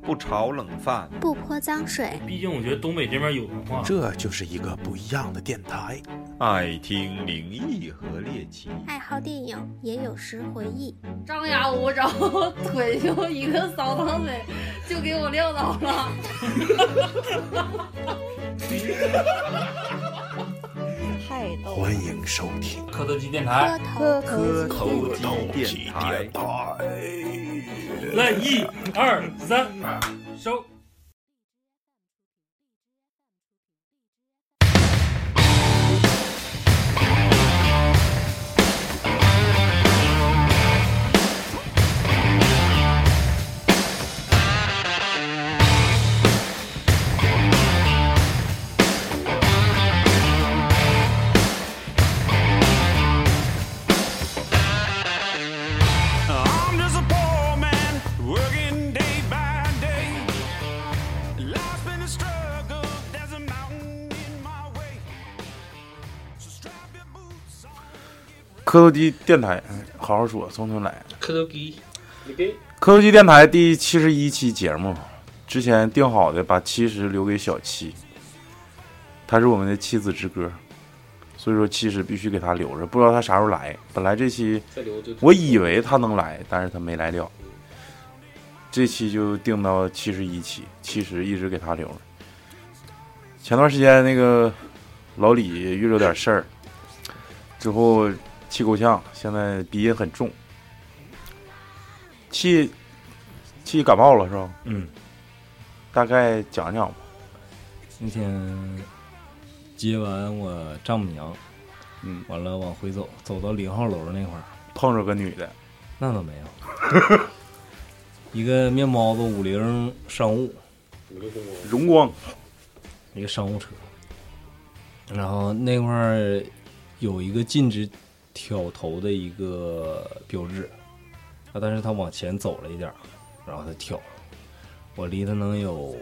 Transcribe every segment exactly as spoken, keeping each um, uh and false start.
不炒冷饭， 不泼脏水。 毕竟我觉得东北这边有文化， 这就是一个不一样的电台。 爱听灵异和猎奇， 爱好电影，也有时回忆。 张牙舞爪，腿就一个扫堂腿就给我撂倒了。 太逗了！ 欢迎收听磕头机电台， 磕磕头机机电台。 来一二三，收。 磕头机电台，好好说，从头来。 磕头机，你给磕头机电台第七十一期节目，之前定好的把七十留给小七，他是我们的妻子之歌，所以说七十必须给他留着，不知道他啥时候来。本来这期我以为他能来，但是他没来了，这期就定到七十一期，七十一直给他留着。前段时间那个老李遇着点事儿，之后气够呛，现在鼻音很重，气气感冒了是吧？ 嗯， 大概讲讲吧。 那天接完我丈母娘， 嗯， 完了往回走，走到零号楼那块儿， 碰着个女的， 那倒没有，一个面包子五菱商务， 荣光， 一个商务车，然后那块儿有一个禁止挑头的一个标志，啊，但是他往前走了一点，然后他挑，我离他能有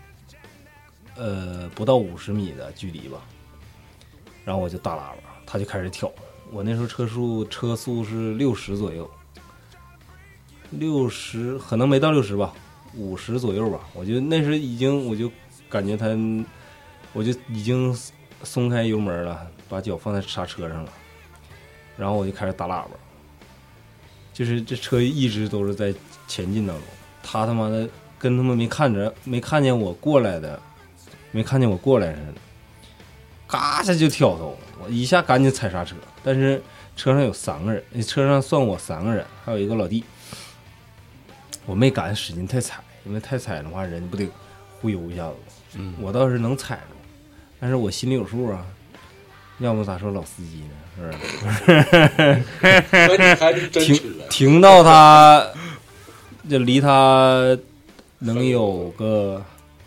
呃不到五十米的距离吧，然后我就大喇叭，他就开始挑，我那时候车速车速是六十左右，六十可能没到六十吧，五十左右吧，我就那时已经我就感觉他，我就已经松开油门了，把脚放在刹车上了。然后我就开始打喇叭，就是这车一直都是在前进当中，他他妈的跟他们没看着没看见我过来的，没看见我过来似的，嘎下就挑头，我一下赶紧踩刹车，但是车上有三个人，车上算我三个人，还有一个老弟，我没敢使劲太踩，因为太踩的话人不得忽悠一下子， 嗯， 我倒是能踩住，但是我心里有数啊。要不咋说老司机呢？是不是？停停到他，就离他能有个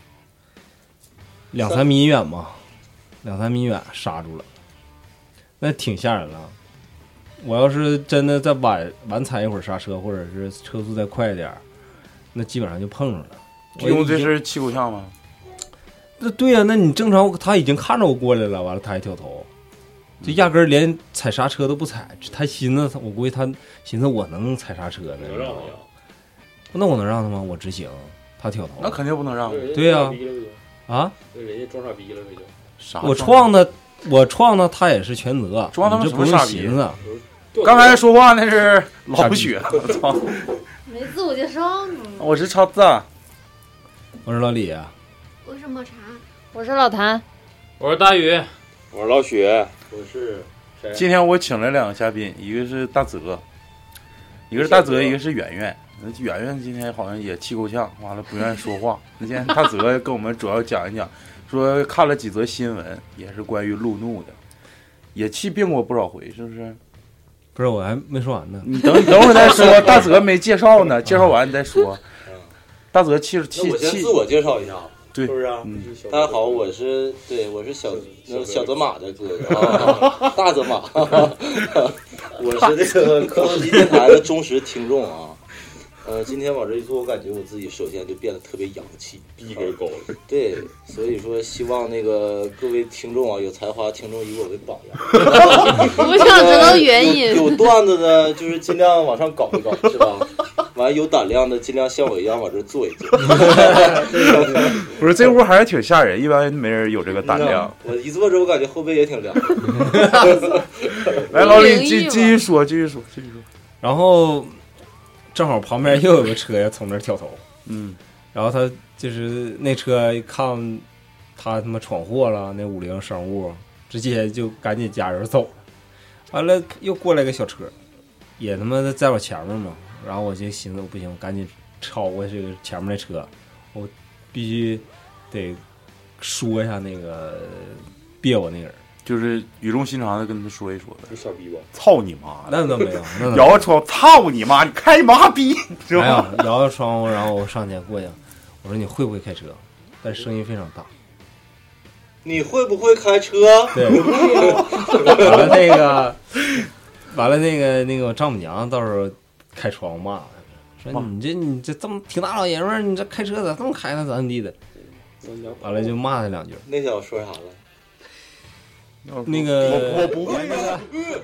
两三米远吧，两三米远刹住了，那挺吓人了。我要是真的再晚晚踩一会儿刹车，或者是车速再快一点，那基本上就碰上了。 因为这是气够呛吗？ 那对呀、啊，那你正常他已经看着我过来了，完了他还挑头。就压根儿连踩刹车都不踩，他寻思，我估计他寻思我能踩刹车的， 能让他呀？ 那我能让他吗？我直行，他挑头， 那肯定不能让。 对呀、啊，啊， 那人家装傻逼了没就？ 啥？ 我撞他，我撞他，他也是全责， 撞他们这不用寻思。 刚才说话那是老雪，我操！ 没自我介绍呢。 我是超子， 我是老李， 我是抹茶， 我是老谭， 我是大宇， 我是老许。 我是谁？ 今天我请来两个嘉宾，一个是大泽，一个是大泽，一个是圆圆。圆圆今天好像也气够呛，完了不愿意说话。那今天大泽跟我们主要讲一讲，说看了几则新闻，也是关于路怒的，也气病过不少回，是不是？ 不是，我还没说完呢。 你等你等会儿再说，大泽没介绍呢，介绍完你再说。大泽气气气。 我先自我介绍一下。 对， 是不是啊？ 嗯， 大家好，我是对，我是小小泽马的哥哥啊，大泽马，我是这个磕头机电台的忠实听众啊。呃，今天往这一坐，我感觉我自己首先就变得特别洋气， 逼格高了。 对，所以说希望那个各位听众啊，有才华听众以我为榜样。 我想知道原因。 有段子的，就是尽量往上搞一搞，是吧？ 完有胆量的尽量像我一样往这坐一坐。 不是这屋还是挺吓人，一般没人有这个胆量。 我一坐着，我感觉后背也挺凉。 来，老李继继续说，继续说，继续说。 然后正好旁边又有个车要从那儿跳头， 嗯， 然后他就是那车一看他他妈闯祸了，那五菱商务直接就赶紧加油走。完了又过来个小车，也他妈的在我前面嘛，然后我就寻思不行，赶紧超过这个前面那车，我必须得说一下那个别我那个人， 就是语重心长的跟他说一说你傻逼吧？ 操你妈！ 那倒没有，那摇窗，操你妈！你开你妈逼！ 没有摇摇窗户，然后我上前过去，我说你会不会开车？但声音非常大。 你会不会开车？ 对，完了那个，完了那个那个我丈母娘到时候开窗骂他，说你这你这这么挺大老爷们儿，你这开车咋这么开呢？咋怎么地的？完了就骂他两句。 那小子说啥了？ 那个我我不会啊！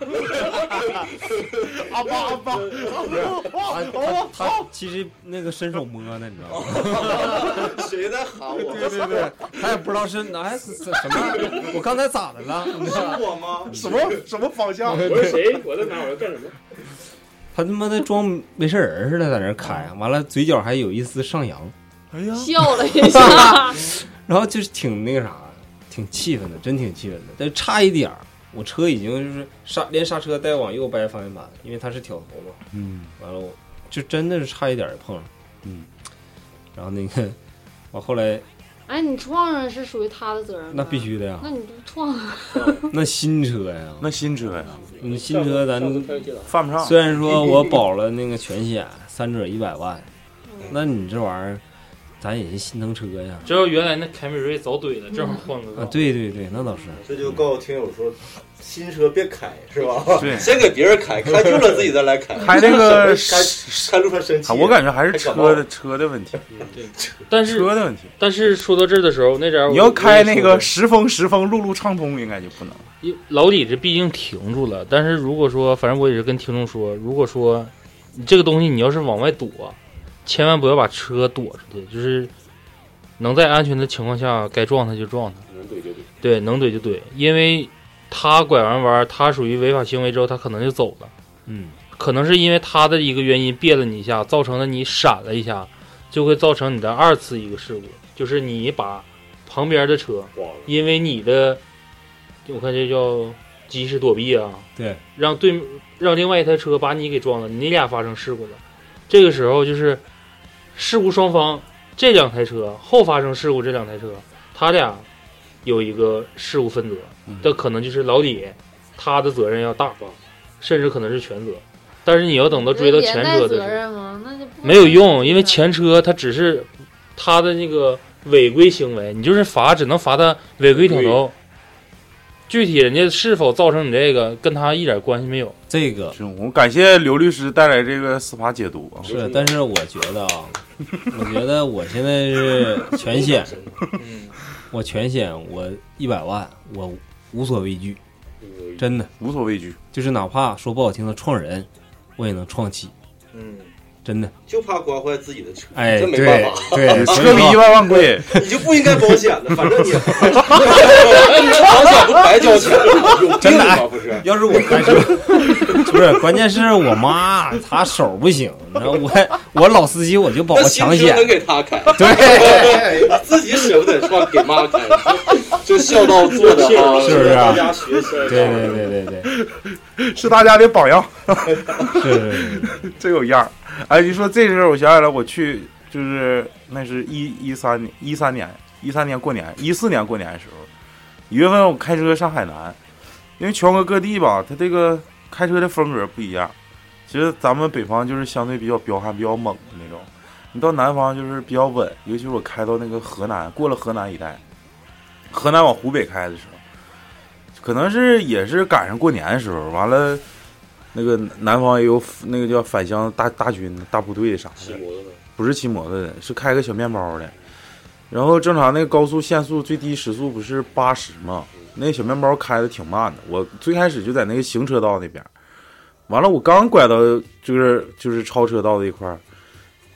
阿爸阿爸， 他他其实那个伸手摸呢，你知道吗？ 谁在喊我？ 对对对，他也不知道是哎是什么，我刚才咋的了？ 是我吗？ 什么什么方向？ 我是谁？我在哪？我要干什么？ 他他妈的装没事人似的在那开，完了嘴角还有一丝上扬， 哎呀， 笑了一下， 然后就是挺那个啥。挺气愤的，真挺气愤的，但差一点儿，我车已经就是刹连刹车带往右掰方向盘，因为它是挑头嘛， 嗯， 完了我就真的是差一点儿碰上， 嗯， 然后那个我后来， 哎，你撞上是属于他的责任吗？ 那必须的呀， 那你不撞？ 那新车呀， 那新车呀， 你新车咱犯不上。 虽然说我保了那个全险，三者一百万，那你这玩意儿。咱也是心疼车呀， 只要原来那凯美瑞早怼了，正好换个啊！对对对，那倒是。 这就告诉听友说，新车别开，是吧？ 对， 先给别人开，开住了自己再来开。 开那个开开路上生气， 我感觉还是车的车的问题。 对，但是车的问题。 但是说到这儿的时候，那点你要开那个时风时风路路畅通，应该就不能。 老李这毕竟停住了，但是如果说，反正我也是跟听众说，如果说你这个东西你要是往外躲。千万不要把车躲出去，就是能在安全的情况下该撞他就撞他， 能怼就怼， 对，能怼就怼，因为他拐完弯，他属于违法行为之后，他可能就走了， 嗯， 可能是因为他的一个原因别了你一下，造成了你闪了一下，就会造成你的二次一个事故，就是你把旁边的车，因为你的，我看这叫及时躲避啊， 对， 让对让另外一台车把你给撞了，你俩发生事故了，这个时候就是。事故双方这两台车后发生事故，这两台车他俩有一个事故分责，这可能就是老李他的责任要大，甚至可能是全责。但是你要等到追到前车的时候，没有用，因为前车他只是他的那个违规行为，你就是罚只能罚他违规挑头。具体人家是否造成你这个，跟他一点关系没有。 这个， 我们感谢刘律师带来这个司法解读。 是，但是我觉得啊，我觉得我现在是全险，我全险，我一百万，我无所畏惧，真的无所畏惧， 就是哪怕说不好听的撞人，我也能撞起。 嗯。 真的就怕刮坏自己的车， 哎， 这没办法， 对， 车比一万万贵， 你就不应该保险了，反正你保险不白交钱，有病吗？不是， 要是我开车，不是，关键是我妈她手不行，然后我我老司机我就保个强险， 能给她开， 对， 自己舍不得说给妈开，就孝道做的啊， 是不是？ 大家学习， 对对对对对，是大家的榜样， 是是是， 真有样。哎，你说这事儿，我想起来，我去就是那是一一三年，一三年，一三年过年，一四年过年的时候，一月份我开车上海南，因为全国各地吧，它这个开车的风格不一样。其实咱们北方就是相对比较彪悍、比较猛的那种，你到南方就是比较稳，尤其是我开到那个河南，过了河南一带，河南往湖北开的时候，可能是也是赶上过年的时候，完了。那个南方也有那个叫返乡大大军大部队啥的，不是骑摩托的，是开个小面包的。然后正常那个高速限速最低时速不是八十吗？那个小面包开的挺慢的。我最开始就在那个行车道那边，完了我刚拐到就是就是超车道的一块儿，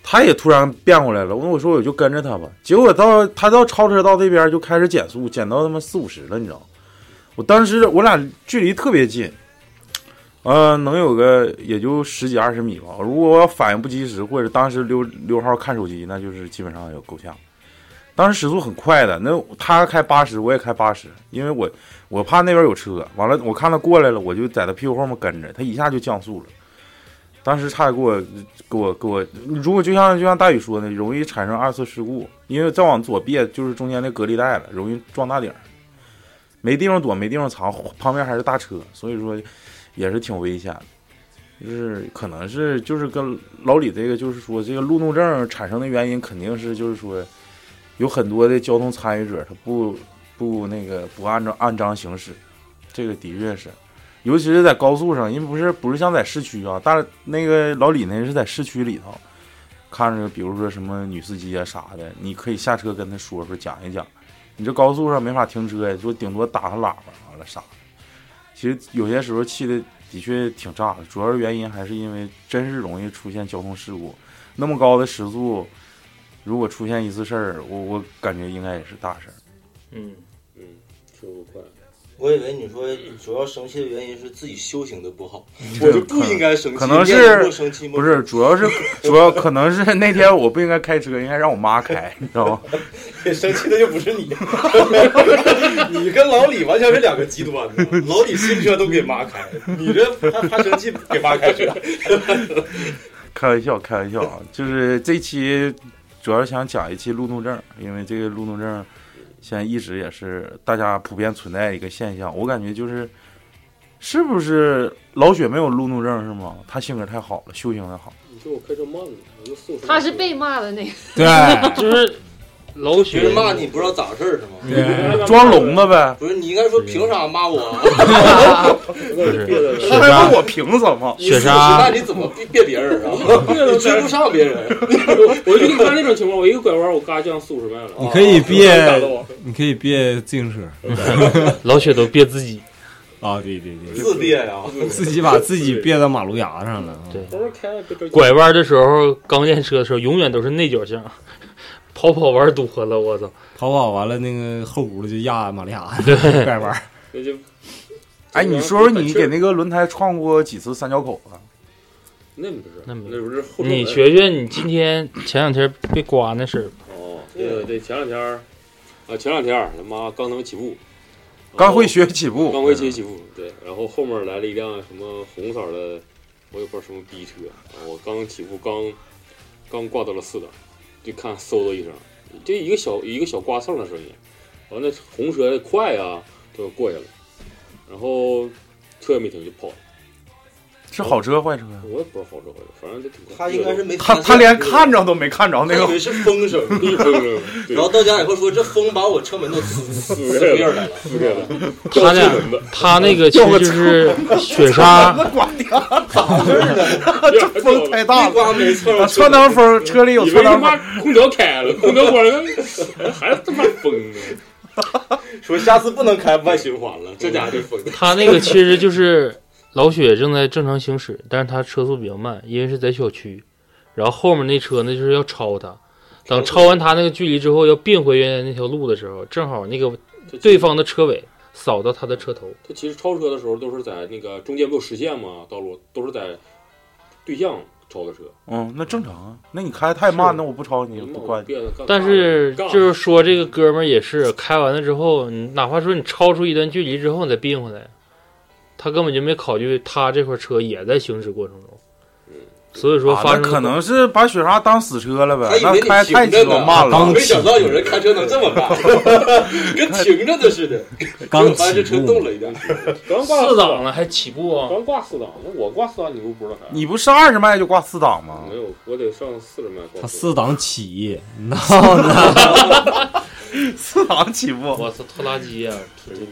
他也突然变过来了，我说我就跟着他吧。结果到他到超车道这边就开始减速，减到他妈四五十了，你知道？我当时我俩距离特别近，呃，能有个也就十几二十米吧。如果我要反应不及时，或者当时溜溜号看手机，那就是基本上有够呛。当时时速很快的，那他开八十，我也开八十，因为我我怕那边有车，完了我看他过来了，我就在他屁股后面跟着，他一下就降速了。当时差点给我给我给我，如果就像就像大宇说的，容易产生二次事故，因为再往左别就是中间那隔离带了，容易撞大顶，没地方躲，没地方藏，旁边还是大车，所以说也是挺危险的。就是可能是就是跟老李这个就是说这个路怒症产生的原因，肯定是就是说有很多的交通参与者他不不那个不按照按章行驶，这个的确是。尤其是在高速上，因为不是不是像在市区啊，但是那个老李那是在市区里头，看着比如说什么女司机啊啥的，你可以下车跟他说说讲一讲。你这高速上没法停车呀，说顶多打个喇叭完了啥的。其实有些时候气的的确挺炸的，主要原因还是因为真是容易出现交通事故。那么高的时速，如果出现一次事儿，我我感觉应该也是大事儿。 嗯嗯，速度快。 我以为你说主要生气的原因是自己修行的不好，我就不应该生气。 可能是不是主要是主要可能是那天我不应该开车，应该让我妈开，你知道吗？ 生气的就不是你，你跟老李完全是两个极端的。老李新车都给妈开，你这他他生气给妈开车。 开玩笑，开玩笑啊！就是这期主要是想讲一期路怒症，因为这个路怒症。现在一直也是大家普遍存在一个现象，我感觉就是，是不是老雪没有路怒症是吗？他性格太好了，修行的好。 你说我开车慢了，我就速。 他是被骂的那个。 对，就是老雪骂你不知道咋回事是吗？ 对，装聋子呗。 不是，你应该说凭啥骂我？ 不是，雪莎，我凭什么？ 雪莎， 那你怎么别别人啊？你追不上别人。 我就看那种情况，我一个拐弯，我嘎降四五十迈了。 你可以别，你可以别自行车。 老雪都别自己啊，对对对， 自别呀， 自己把自己别到马路牙上了。 对，拐弯的时候，刚练车的时候，永远都是内脚向。跑跑玩多了，我操！ 跑跑完了，那个后轱辘就压马路牙，拐弯。 那就， 哎，你说说你给那个轮胎创过几次三角口子？ 那不是， 那不那不是后。 你学学，你今天前两天被刮那事儿。 哦，对对，前两天啊，前两天他妈刚能起步， 刚会学起步， 刚会学起步，对，然后后面来了一辆什么红色的，我也不知道什么逼车，我刚起步，刚刚挂到了四档。就看嗖的一声，就一个小一个小刮蹭的声音，完了红车快啊，就过去了，然后车也没停就跑了。 是好车坏车？ 我也不知道好车坏车，反正就挺快。 他应该是没他他连看着都没看着那个， 以为是风声， 风声。 然后到家以后说这风把我车门都撕撕裂来了，撕裂了。 他俩他那个其实就是雪莎。 刮掉，咋回事呢？这风太大了， 刮没错。 窜堂风，车里有窜堂风。 空调开了，空调关了，还是这么风呢？说下次不能开外循环了，这家伙这风。 他那个其实就是。老雪正在正常行驶，但是他车速比较慢，因为是在小区，然后后面那车呢就是要超他，等超完他那个距离之后要并回原来那条路的时候，正好那个对方的车尾扫到他的车头。 他其实超车的时候都是在那个中间不有实线吗？道路都是在对向超的车。 嗯，那正常啊。那你开太慢，那我不超你不关。 但是就是说这个哥们儿也是开完了之后，你哪怕说你超出一段距离之后你再并回来。他根本就没考虑他这块车也在行驶过程中，所以说发生、 啊、那可能是把雪莎当死车了呗，那开太车慢了。 没想到有人开车能这么慢，跟停着的似的。 刚起步，车动了一点， 刚挂四档了还起步啊？ 刚挂四档，那我挂四档你不不知道啥？ 你不是二十迈就挂四档吗？ 没有，我得上四十迈。 他四档起，闹呢？四档起步， 我操，拖拉机啊！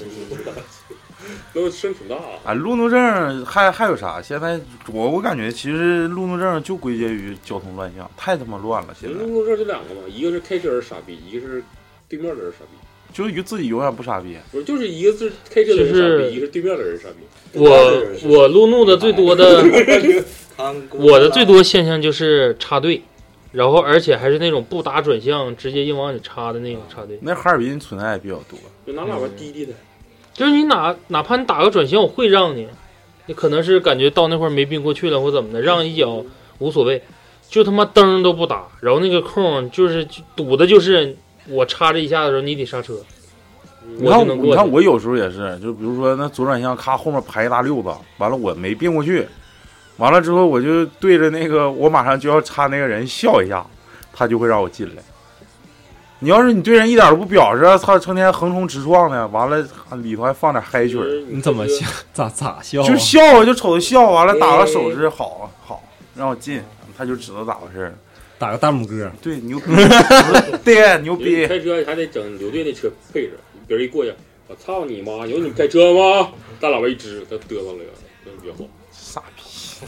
都声挺大啊！ 啊，路怒症还还有啥？现在我我感觉其实路怒症就归结于交通乱象，太他妈乱了。现在路怒症就两个嘛，一个是开车人傻逼，一个是对面的人傻逼。 就是于自己永远不傻逼， 不是就是一个是开车的人傻逼，一个是对面的人傻逼。 我我路怒的最多的，我的最多现象就是插队。 然后而且还是那种不打转向，直接硬往里插的那种插队。 那哈尔滨存在也比较多， 就拿喇叭滴滴的， 就是你哪哪怕你打个转向，我会让你，你可能是感觉到那块没并过去了或怎么的，让一脚无所谓，就他妈灯都不打，然后那个空就是堵的，就是我插这一下的时候你得刹车， 你看我你看我有时候也是，就比如说那左转向，咔后面排一大溜子，完了我没并过去。完了之后，我就对着那个我马上就要插那个人笑一下，他就会让我进来。你要是你对人一点都不表示，操，成天横冲直撞的，完了里头还放点嗨曲儿， 你怎么笑？咋咋笑、啊？ 就笑，就瞅他笑，完了打个手势，好好让我进，他就知道咋回事， 打个大拇哥， 对，牛逼，对，牛逼。 开车还得整刘队那车配置，别人一过去，我操你妈，有你开车吗？大喇叭一支，他嘚瑟了，那别好， 傻逼。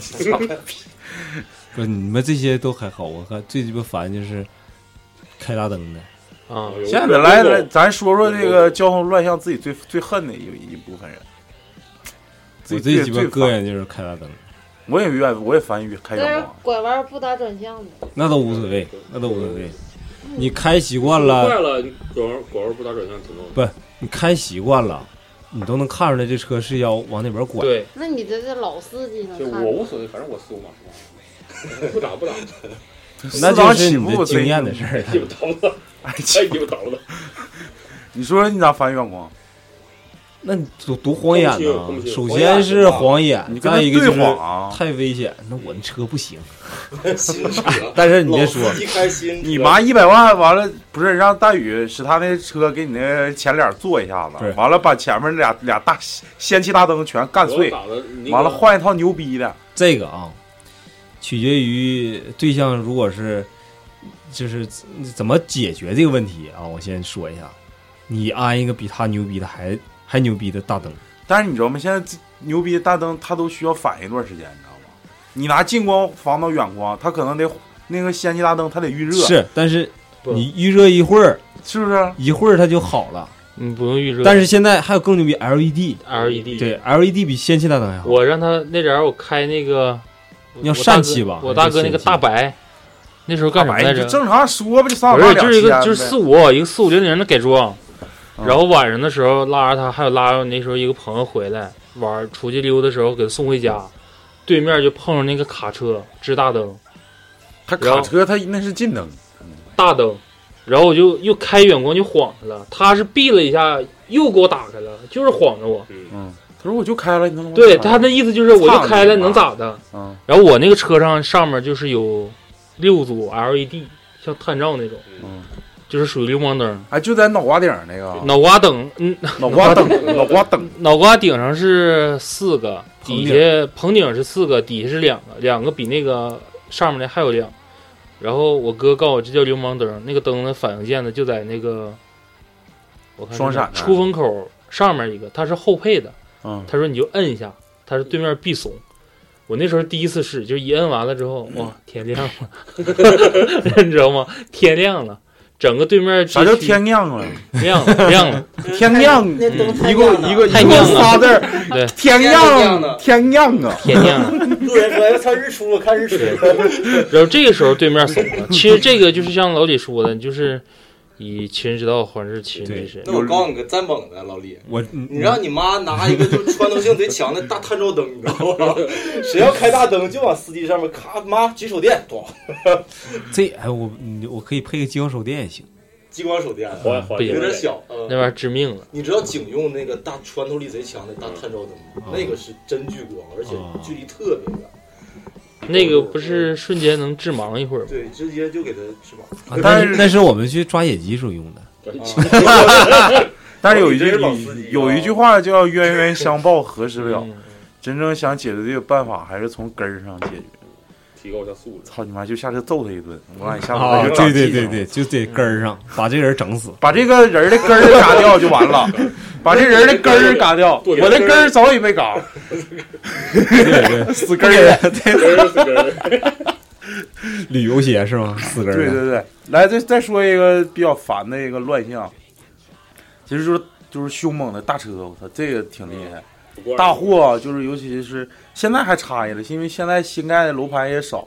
不是你们这些都还好，我看最鸡巴烦就是开大灯的啊！ 现在来来，咱说说这个交通乱象，自己最最恨的有一部分人。 我最鸡巴膈应就是开大灯， 我也愿我也烦于开阳光。 拐弯不打转向的， 那都无所谓，那都无所谓。你开习惯了， 快了，拐弯拐弯不打转向挺弄。 不，你开习惯了。你都能看出来这车是要往哪边拐。 对， 那你这是老司机能看。 我无所谓，反正我四五码是吧？不打不打。 那就是你的经验的事儿。 鸡巴犊子，哎鸡巴犊子！ 你说你咋翻远光？ 那你多多晃眼呢！首先是晃眼，再一个就是太危险。那我那车不行。但是你别说， 你妈一百万完了，不是让大宇使他那车给你那前脸做一下子，完了把前面俩俩大氙气大灯全干碎，完了换一套牛逼的。 这个啊，取决于对象，如果是就是怎么解决这个问题啊？我先说一下，你安一个比他牛逼的还还牛逼的大灯， 但是你知道吗？现在牛逼的大灯它都需要反一段时间，你知道吗？你拿近光防到远光，它可能得那个氙气大灯它得预热， 是，但是你预热一会儿， 是不是一会儿它就好了？ 你不用预热。 但是现在还有更牛逼 L E D，L E D 对 L E D 比氙气大灯还好。 我让他那点儿我开那个， 你要疝气吧？ 我大哥那个大白，那时候干什么来着？ 正常说吧，就上不是，就是一个就是四五一个四五零零的改装。然后晚上的时候拉着他，还有拉着那时候一个朋友回来玩，出去溜的时候给他送回家，对面就碰上那个卡车支大灯， 他卡车他那是近灯， 大灯，然后我就又开远光就晃他了，他是避了一下又给我打开了，就是晃着我。 嗯，他说我就开了，你能对他那意思就是我就开了，能咋的？ 嗯， 然后我那个车上上面就是有六组 L E D， 像探照那种， 嗯。 就是属于流氓灯， 哎，就在脑瓜顶那个脑瓜灯，嗯， 脑瓜灯，脑瓜灯， 脑瓜顶上是四个，底下棚顶是四个，底下是两个，两个比那个上面的还有亮。然后我哥告诉我这叫流氓灯，那个灯的反应键呢就在那个，我看双闪出风口上面一个，它是后配的， 嗯， 他说你就摁一下，它是对面必怂。我那时候第一次试，就一摁完了之后，哇，天亮了，你知道吗？天亮了。整个对面啥叫天亮了？ 亮了亮了， 天亮，一个一个太亮了， 仨字儿， 对， 天亮，天亮啊， 天亮了。 路人说要看日出，我看日出。 然后这个时候对面怂了。其实这个就是像老李说的，就是以其人之道还治其人之身。 那我告诉你个再猛的，老李， 我你让你妈拿一个就穿透性贼强的大探照灯，你知道吗？谁要开大灯就往司机上面咔，妈举手电，咣。 这哎我我可以配个激光手电也行。 激光手电不行， 有点小，嗯、 那玩意儿致命了。 你知道警用那个大穿透力贼强的大探照灯吗？嗯、那个是真聚光，而且距离特别远。 那个不是瞬间能致盲一会儿吗？ 对，直接就给他致盲。 啊、但是那是我们去抓野鸡时候用的。 啊、但是有一句有一句话叫冤冤相报何时了，嗯、真正想解决这个办法还是从根儿上解决。 提高一下素质， 操你妈！就下车揍他一顿，我让你下次啊！ 就对对对对，就得根儿上把这人整死， 把这个人的根儿嘎掉就完了，把这人的根儿嘎掉，我的根儿早已没嘎， 对对， 死根儿， 对， 旅游鞋是吗？死根儿， 对对对。来，再再说一个比较烦的一个乱象，其实就是就是凶猛的大车，我操，这个挺厉害。大货就是，尤其是现在还差异了，因为现在新盖的楼盘也少，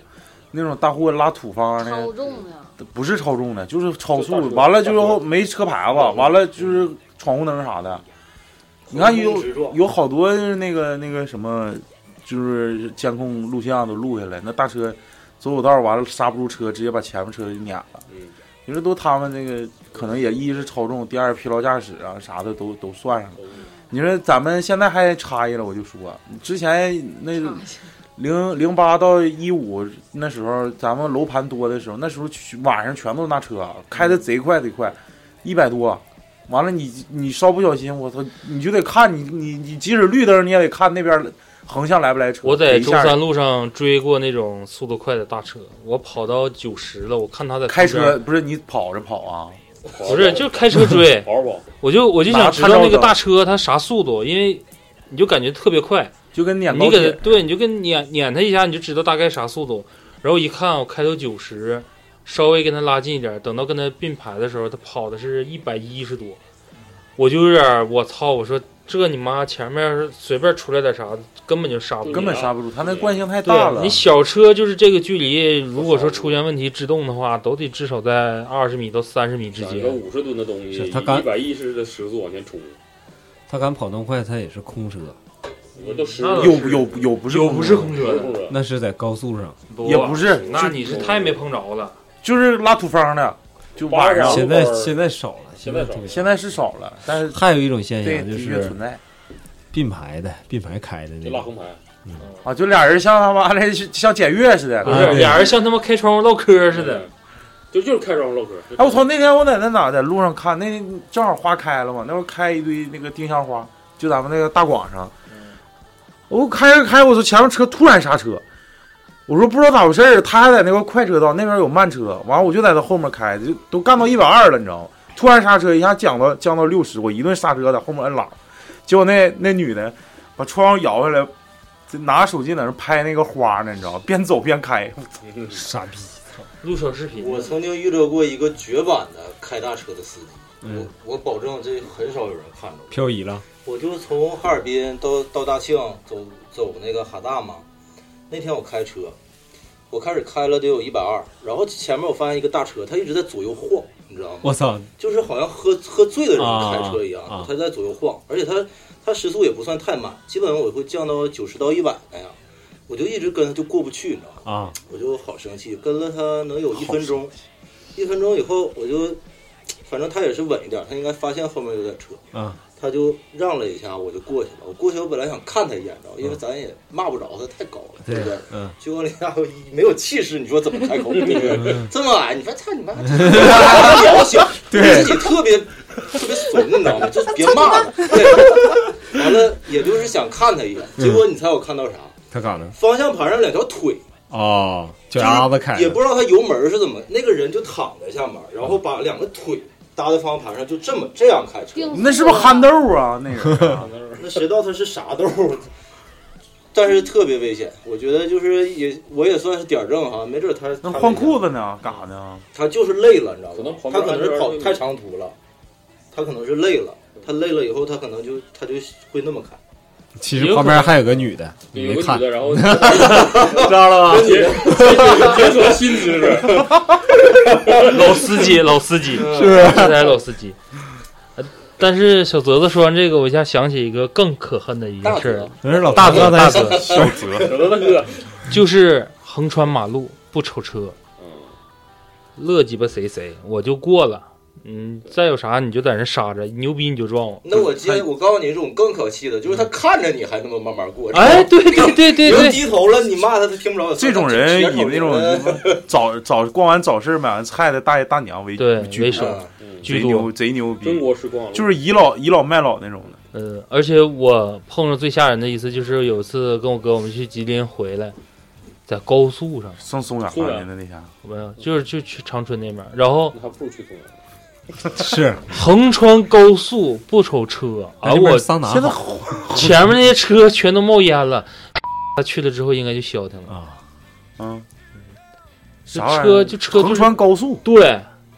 那种大货拉土方的， 超重的， 不是超重的，就是超速，完了就是没车牌子，完了就是闯红灯啥的。你看有有好多那个那个什么，就是监控录像都录下来，那大车走走道完了刹不住车，直接把前面车就碾了。你说都他们那个可能也一是超重，第二疲劳驾驶啊啥的都都算上了。你说咱们现在还差异了，我就说之前那零零八到一五那时候，咱们楼盘多的时候，那时候晚上全都是那车，开的贼快贼快，一百多。完了你你稍不小心，我操，你就得看你你你即使绿灯你也得看那边横向来不来车。 我在中山路上追过那种速度快的大车，我跑到九十了，我看他在开车，不是你跑着跑啊？ 不是，就开车追。 跑跑。 我就我就想知道那个大车它啥速度，因为你就感觉特别快， 就跟撵高铁。对，你就跟撵撵它一下，你就知道大概啥速度。然后一看我开到九十，稍微跟他拉近一点，等到跟他并排的时候，他跑的是一百一十多。我就有点我操！我说这你妈前面随便出来点啥，根本就刹不住， 根本刹不住，他那惯性太大了。 你小车就是这个距离，如果说出现问题制动的话，都得至少在二十米到三十米之间。 个五十吨的东西， 他敢一百一十的时速往前冲， 他敢跑那么快，他也是空车。 我都十有有有不是有不是空车的， 那是在高速上， 也不是。 那你是太没碰着了， 就是拉土方的。就晚上现在现在少了， 现在少， 现在是少了，但是还有一种现象就是存在并排的，并排开的那拉横排， 嗯啊，就俩人像他妈的像检阅似的， 不是俩人像他妈开窗户唠嗑似的， 就就是开窗户唠嗑。 哎，我操！那天我在那哪在路上看，那正好花开了嘛，那会开一堆那个丁香花，就咱们那个大广上，我开着开，我说前面车突然刹车。我说不知道咋回事儿，他还在那个快车道那边有慢车，完了我就在他后面开，就都干到一百二了，你知道吗？突然刹车一下降到降到六十，我一顿刹车在后面摁喇叭，结果那那女的把窗户摇下来，拿手机在那拍那个花呢，你知道吗？边走边开， 傻逼！ 录小视频。 我曾经遇到过一个绝版的开大车的司机，嗯、我我保证这很少有人看着。 漂移了。 我就从哈尔滨到到大庆走走那个哈大嘛。那天我开车，我开始开了得有一百二，然后前面我发现一个大车，他一直在左右晃，你知道吗？ 我操， 就是好像喝喝醉的人开车一样， 啊啊、 他在左右晃，而且他他时速也不算太慢，基本上我会降到九十到一百那样，我就一直跟他就过不去，你知道吗？ 啊， 我就好生气，跟了他能有一分钟，一分钟以后我就，反正他也是稳一点，他应该发现后面有点车， 啊。 他就让了一下，我就过去了。我过去，我本来想看他一眼，因为咱也骂不着他，太高了， 对不对？ 嗯。 结果那家伙没有气势，你说怎么开口？对不对？这么矮，你说操你妈，渺小， 对自己特别特别怂，你知道吗？就是别骂了。对。完了，也就是想看他一眼，结果你猜我看到啥？ 他干了。 方向盘上两条腿。 哦，脚丫子开。 也不知道他油门是怎么，那个人就躺在下面，然后把两个腿搭在方向盘上，就这么这样开车。 那是不是憨豆啊？那个， 那谁知道他是啥豆？但是特别危险，我觉得就是也我也算是点正哈，没准他那换裤子呢，干啥呢？ 他就是累了，你知道吗？ 可他可能是跑太长途了，他可能是累了，他累了以后他可能就他就会那么开。 其实旁边还有个女的，你没看， 然后知道了吧？ 解解锁新知识， 老司机，老司机， 是不是？ 这才老司机。但是小泽子说完这个，我一下想起一个更可恨的一件事儿。 人是老大泽，大泽， 小泽， 小泽大哥， 就是横穿马路不瞅车，乐鸡巴谁谁，我就过了。嗯，再有啥你就在那刹着，牛逼你就撞我。 那我接我告诉你，这种更可气的，就是他看着你还那么慢慢过。 哎，对对对对对， 低头了，你骂他他听不着。 这种人以那种早早逛完早市买完菜的大爷大娘为对为首， 巨牛贼牛逼。 中国时光就是倚老倚老卖老那种的。 呃，而且我碰上最吓人的一次，就是有一次跟我哥我们去吉林回来，在高速上上松原那那下没有，就是就去长春那边，然后还不如去松原。 是横穿高速不瞅车啊！我桑拿现在前面那些车全都冒烟了，他去了之后应该就消停了啊。 嗯， 就车就车横穿高速， 对，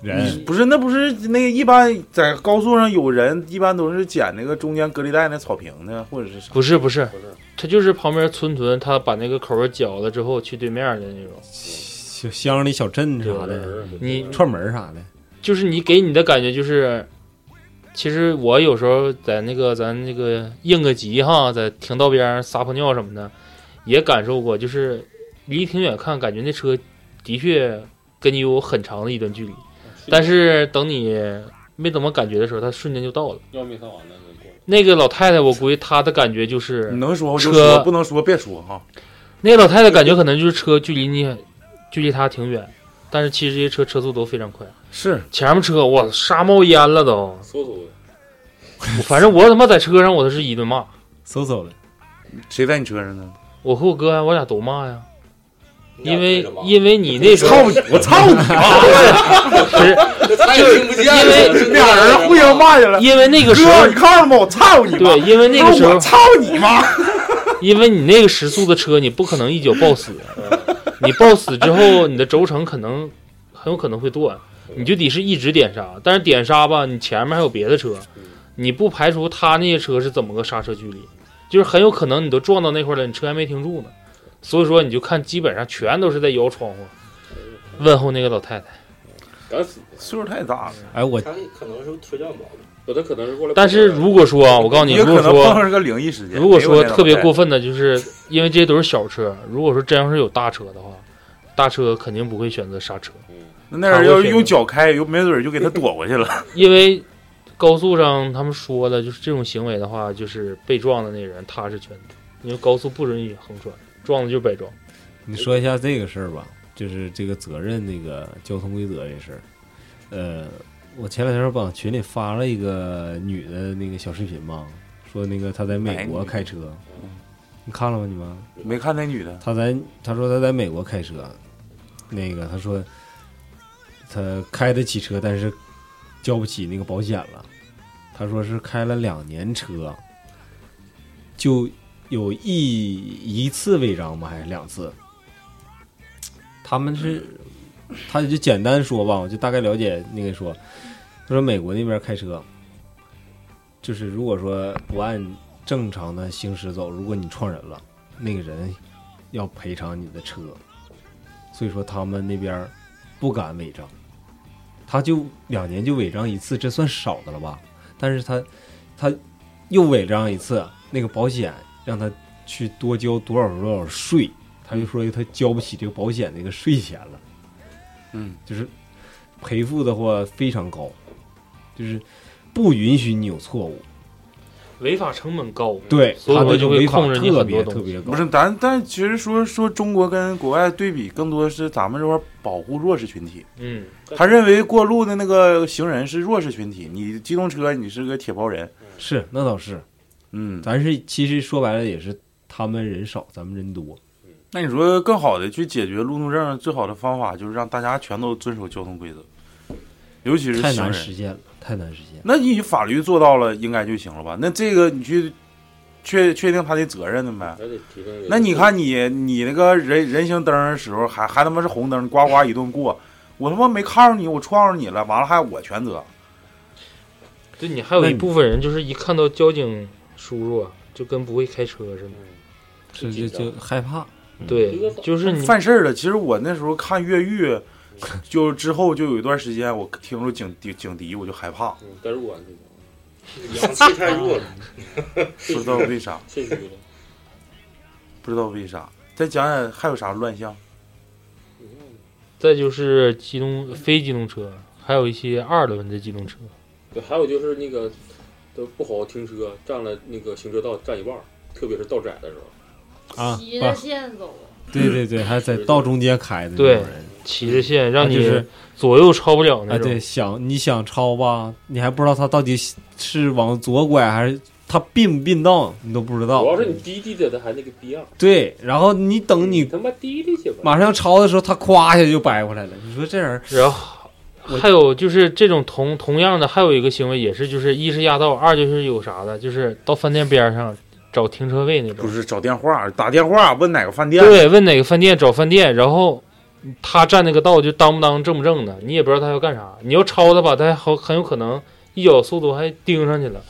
人不是，那不是那个一般在高速上有人，一般都是捡那个中间隔离带那草坪的，或者是啥？ 不是不是，他就是旁边村屯，他把那个口儿绞了之后去对面的那种小乡里小镇啥的， 你串门啥的， 就是你给你的感觉就是，其实我有时候在那个咱那个应个急哈，在停道边上撒泡尿什么的，也感受过，就是离挺远看，感觉那车的确跟你有很长的一段距离。但是等你没怎么感觉的时候，它瞬间就到了。 要没看完呢， 那个老太太，我估计她的感觉就是你能说我就车说，不能说别说哈。 那个老太太感觉可能就是车距离你，距离她挺远，但是其实这些车车速都非常快。 是前面车哇沙冒烟了都， 嗖嗖的。 反正我他妈在车上我都是一顿骂， 嗖嗖的。 谁在你车上呢？ 我和我哥呀，我俩都骂呀。因为因为你那时候操你，我操你啊！ 是他也听不见了， 因为俩人互相骂去了。 因为那个时候哥，你看着吗？我操你！ 对，因为那个时候我操你妈！ 因为你那个时速的车，你不可能一脚抱死，你抱死之后，你的轴承可能很有可能会断，你就得是一直点刹。但是点刹吧，你前面还有别的车，你不排除他那些车是怎么个刹车距离，就是很有可能你都撞到那块了，你车还没停住呢。所以说，你就看基本上全都是在摇窗户问候那个老太太。 敢死， 岁数太大了。 哎，我他可能是推荐毛病， 有的可能是过来。 但是如果说啊，我告诉你， 也可能如果说碰上个灵异事件， 如果说特别过分的，就是因为这些都是小车，如果说真要是有大车的话，大车肯定不会选择刹车。 那那人要用脚开，又没准就给他躲过去了。 因为高速上他们说的，就是这种行为的话，就是被撞的那人他是全责，因为高速不允许横穿。撞的就是白撞。 你说一下这个事儿吧，就是这个责任那个交通规则这事儿。呃，我前两天往群里发了一个女的那个小视频嘛，说那个她在美国开车，你看了吗？你们没看那女的？ 她在她说她在美国开车，那个她说她开得起车，但是交不起那个保险了。她说是开了两年车，就。有一一次违章吗？还是两次？他们是，他就简单说吧，我就大概了解那个说，他说美国那边开车，就是如果说不按正常的行驶走，如果你撞人了，那个人要赔偿你的车，所以说他们那边不敢违章，他就两年就违章一次，这算少的了吧？但是他他又违章一次，那个保险。让他去多交多少多少税，他就说他交不起这个保险那个税钱了， 嗯， 就是赔付的话非常高，就是不允许你有错误， 违法成本高， 对， 所以说就会控制你很多特别高。 不是，咱但其实说说中国跟国外对比，更多是咱们这块保护弱势群体。 嗯， 他认为过路的那个行人是弱势群体，你机动车你是个铁包人， 是那倒是。 嗯， 咱是其实说白了也是他们人少，咱们人多。 那你说更好的去解决路怒症，最好的方法就是让大家全都遵守交通规则，尤其是太难实现了，太难实现。 那你法律做到了，应该就行了吧？那这个你去确确定他的责任了呗？那你看你你那个人人行灯的时候还还他妈是红灯，呱呱一顿过，我他妈没看着你，我撞上你了，完了还我全责。 对，你还有一部分人就是一看到交警叔叔啊，就跟不会开车似的， 是就就害怕。 对，就是你犯事儿了。其实我那时候看越狱，就之后就有一段时间，我听着警笛警笛我就害怕。 嗯，代入感这种，阳气太弱了， 不知道为啥。 太虚了， 不知道为啥。再讲讲还有啥乱象？ 再就是机动非机动车，还有一些二轮的机动车。 对，还有就是那个都不好好停车，占了那个行车道占一半，特别是道窄的时候。 啊， 骑着线走。 对对对，还在道中间开的那种对人， 骑着线让你就是左右超不了那哎， 种。 对，想你想超吧，你还不知道他到底是往左拐还是他并不并道，你都不知道。 主要是你滴滴的，他还那个逼样。 对，然后你等你他妈滴滴去吧， 马上要超的时候，他咵一下就掰回来了。你说这人， 然后还有就是这种同同样的，还有一个行为也是，就是一是压道，二就是有啥的，就是到饭店边上找停车位那种。 不是找电话打电话问哪个饭店？ 对，问哪个饭店找饭店，然后他占那个道就当不当正不正的，你也不知道他要干啥。你要超他吧，他还好很有可能一脚速度还盯上去了，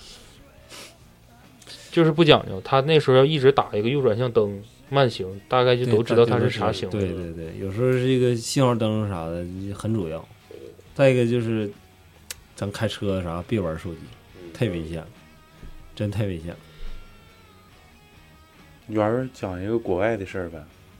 就是不讲究。他那时候要一直打一个右转向灯慢行，大概就都知道他是啥行为。 对对对，有时候是一个信号灯啥的很主要。再一个就是咱开车啥别玩手机，太危险了，真太危险了。 圆儿讲一个国外的事儿呗。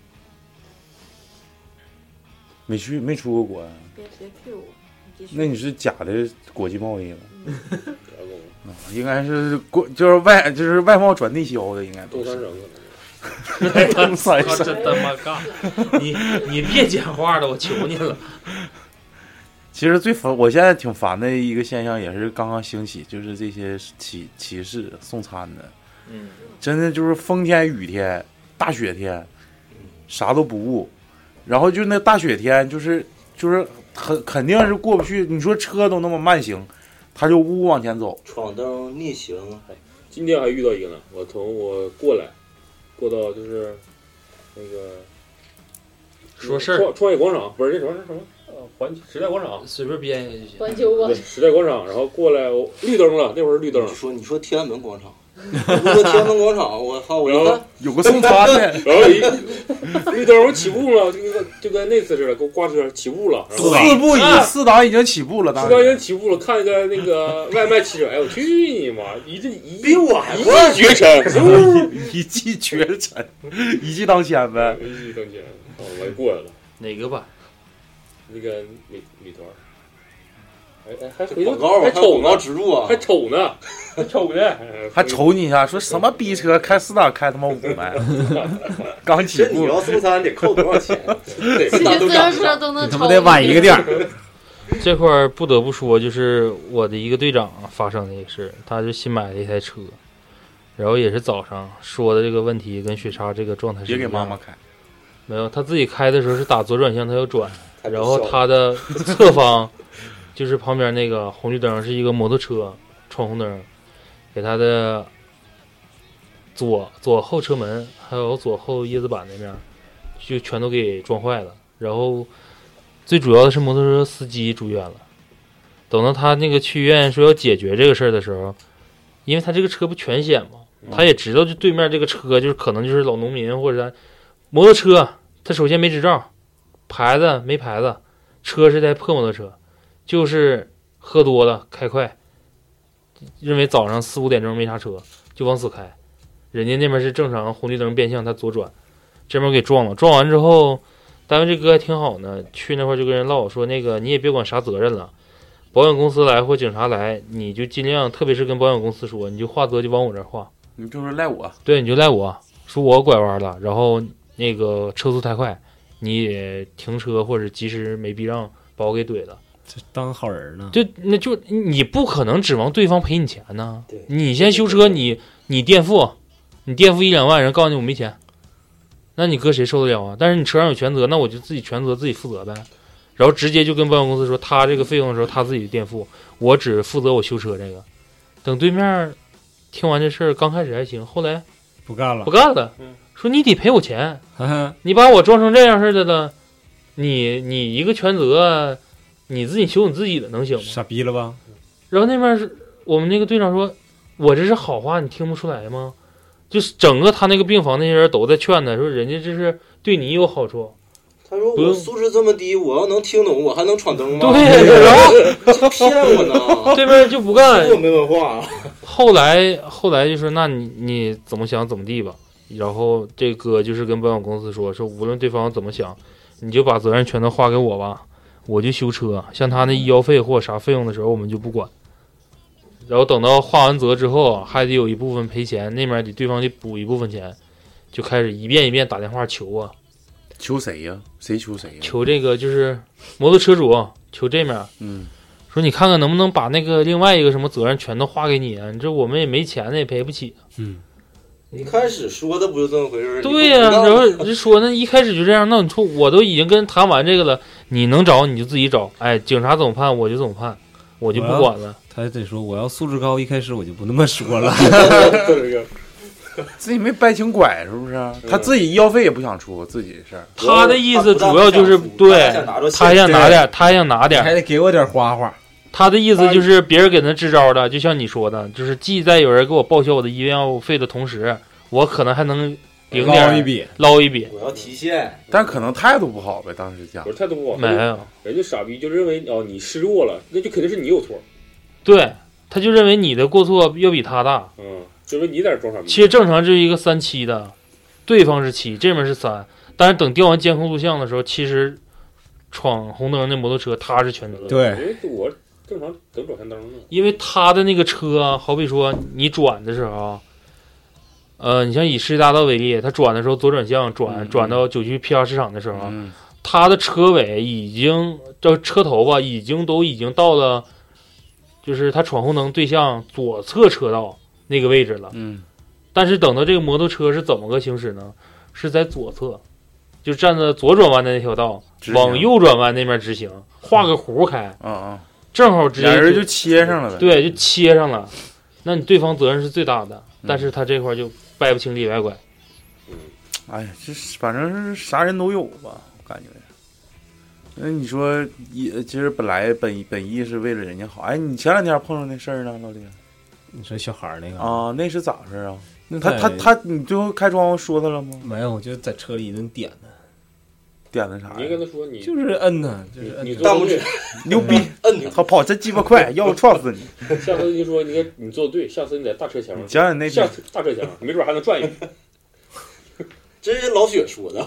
没去没出过国啊？ 别别 Q 我。 那你是假的国际贸易了？嗯、应该是国就是外就是外贸转内销的，应该都是。 东三省，真他妈干！你你别讲话了，我求你了。 其实最烦，我现在挺烦的一个现象，也是刚刚兴起，就是这些骑骑士送餐的， 嗯， 真的就是风天雨天、大雪天，啥都不误，然后就那大雪天，就是就是很肯定是过不去。你说车都那么慢行，他就呜往前走， 闯灯逆行。 今天还遇到一个呢，我从我过来，过到就是那个说事儿， 创创业广场不是那什么那什么。环时代广场， 随便编一个就行。 环球吧， 时代广场，然后过来绿灯了，那会儿绿灯。 你说你说天安门广场，我说天安门广场，我靠，我一看有个送餐的， 然后一绿灯我起步了，就跟就跟那次似的，给我挂车起步了， 四步已四档已经起步了， 四档已经起步了，看一个那个外卖骑者，哎我去你妈，一阵一比我还一骑绝尘， 一骑绝尘，一骑当千呗， 一骑当千，哦，我就过来了。 哪个版？ 那个美美团，哎哎，还回广告还瞅呢， 植入啊， 还瞅呢，还瞅呢， 还瞅你一下，说什么逼车开四档开他妈五百，刚起步。 你要送餐得扣多少钱？ 骑自行车都能他妈得晚一个点。 这块儿不得不说，就是我的一个队长发生的一个事，他就新买了一台车，然后也是早上说的这个问题，跟雪莎这个状态是一样的。 别给妈妈开。 没有，他自己开的时候是打左转向，他要转，然后他的侧方就是旁边那个红绿灯是一个摩托车闯红灯，给他的左左后车门还有左后叶子板那边就全都给撞坏了，然后最主要的是摩托车司机住院了。等到他那个去医院说要解决这个事儿的时候，因为他这个车不全险嘛，他也知道就对面这个车就是可能就是老农民或者啥摩托车，他首先没执照，牌子没牌子，车是台破摩托车，就是喝多了开快，认为早上四五点钟没啥车就往死开，人家那边是正常红绿灯变向，他左转，这边给撞了，撞完之后单位这哥还挺好呢，去那块就跟人唠说那个你也别管啥责任了，保险公司来或警察来，你就尽量特别是跟保险公司说，你就划责就往我这儿划， 你就是赖我， 对，你就赖我说我拐弯了，然后那个车速太快，你也停车或者及时没避让，把我给怼了。 这当好人呢？ 就那就你不可能指望对方赔你钱呢。你先修车，你你垫付，你垫付一两万，人告诉你我没钱，那你搁谁受得了啊？但是你车上有全责，那我就自己全责自己负责呗。然后直接就跟保险公司说，他这个费用的时候他自己垫付，我只负责我修车这个。等对面听完这事儿，刚开始还行，后来不干了， 不干了。 嗯说你得赔我钱， 啊、 你把我撞成这样似的了，你你一个全责，你自己修你自己的能行吗？ 傻逼了吧？ 然后那边是我们那个队长说，我这是好话，你听不出来吗？就是整个他那个病房那些人都在劝他，说人家这是对你有好处。 他说我素质这么低，我要能听懂，我还能闯灯吗？ 对，然后骗我呢， 这边就不干， 我没文化、啊。 后来后来就说，那你你怎么想怎么地吧。然后这哥就是跟保险公司说，说无论对方怎么想，你就把责任全都划给我吧，我就修车，像他那医药费或啥费用的时候我们就不管。然后等到划完责之后，还得有一部分赔钱，那边得对方得补一部分钱，就开始一遍一遍打电话求啊。 求谁呀、啊？谁求谁呀、啊？ 求这个就是摩托车主，求这面， 嗯， 说你看看能不能把那个另外一个什么责任全都划给你啊？你这我们也没钱呢，也赔不起。 嗯。 一开始说的不就这么回事？ 对呀、啊，然后就说那一开始就这样，那你说我都已经跟人谈完这个了，你能找你就自己找，哎，警察怎么判我就怎么判，我就不管了。 他得说我要素质高，一开始我就不那么说了。 自己没掰清拐，是不是？他自己医药费也不想出，自己的事儿。 他的意思主要就是对，他还想拿点，他还想拿点， 还得给我点花花。 他的意思就是别人给他支招的，就像你说的，就是既在有人给我报销我的医院药费的同时，我可能还能领点捞一笔， 捞一笔。 我要提现， 但可能态度不好呗，当时讲不是态度不好， 没有， 人家傻逼就认为哦你失落了，那就肯定是你有错。 对，他就认为你的过错要比他大。 嗯，就说你在这装傻逼。 其实正常就是一个三七的，对方是七，这边是三，但是等调完监控录像的时候，其实闯红灯的摩托车他是全责。 对， 我正常等转向灯呢。 因为他的那个车，好比说你转的时候，呃，你像以世纪大道为例，他转的时候左转向转、嗯、转到九区批发市场的时候， 嗯、 他的车尾已经这车头吧，已经都已经到了，就是他闯红灯对向左侧车道那个位置了。 嗯， 但是等到这个摩托车是怎么个行驶呢？是在左侧，就站在左转弯的那条道，往右转弯那边直行，画个弧开。 嗯嗯。 正好直接俩人就切上了呗， 对，就切上了。那你对方责任是最大的，嗯、但是他这块就掰不清里外拐。 嗯，哎呀，这反正是啥人都有吧，我感觉。那你说，一其实本来本本意是为了人家好。哎，你前两天碰上那事儿呢，老李？ 你说小孩那个啊？那是咋回事啊？ 那他他他，你最后开窗说他了吗？ 没有，我就在车里一顿点他。 点的啥？ 你跟他说你就是摁呢，就是摁你大拇指牛逼， 摁你， 他跑真鸡巴快，要不撞死你。 下次就说你看你做的对，下次你在大车前面， 讲讲那下大车前面，没准还能转一笔。 这是老雪说的，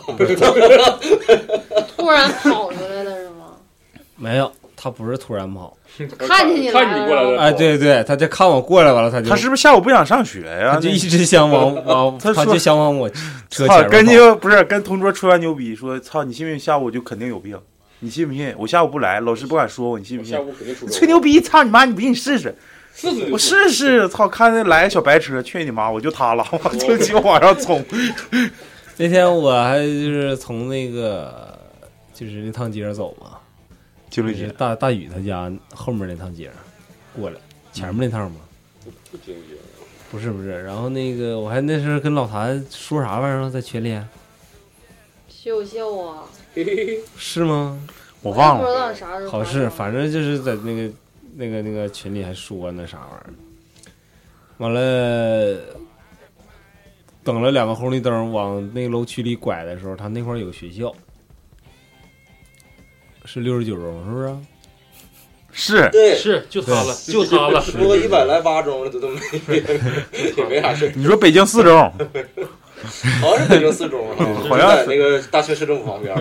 突然跑出来了是吗？ 没有，他不是突然跑， 看见你看见你过来了。 哎，对对，他就看我过来完了，他就他是不是下午不想上学呀？ 他就一直想往往， 他就想往我车前跑。跟那个不是跟同桌吹完牛逼，说操，你信不信下午我就肯定有病？你信不信？我下午不来，老师不敢说我，你信不信？ 下午肯定出吹牛逼，操你妈！你不信你试试。 试试我试试，操！看那来个小白车，去你妈！我就塌了，我就鸡巴往上冲。 那天我还就是从那个就是那趟街走嘛， 就是大大宇他家后面那趟街过来，前面那趟嘛， 不经街， 不是不是。然后那个我还那时候跟老谭说啥玩意儿在群里， 秀秀啊， 是吗？ 我忘了， 不知道啥时候。 好是，反正就是在那个那个那个群里还说那啥玩意儿，完了。等了两个红绿灯往那个楼区里拐的时候，他那块儿有学校，是六十九中，是不是？ 是， 对， 是就他了，就他了。 说一百来八中了，这都没也没啥事。 你说北京四中， 好像是北京四中啊， 好像在那个大庆市政府旁边。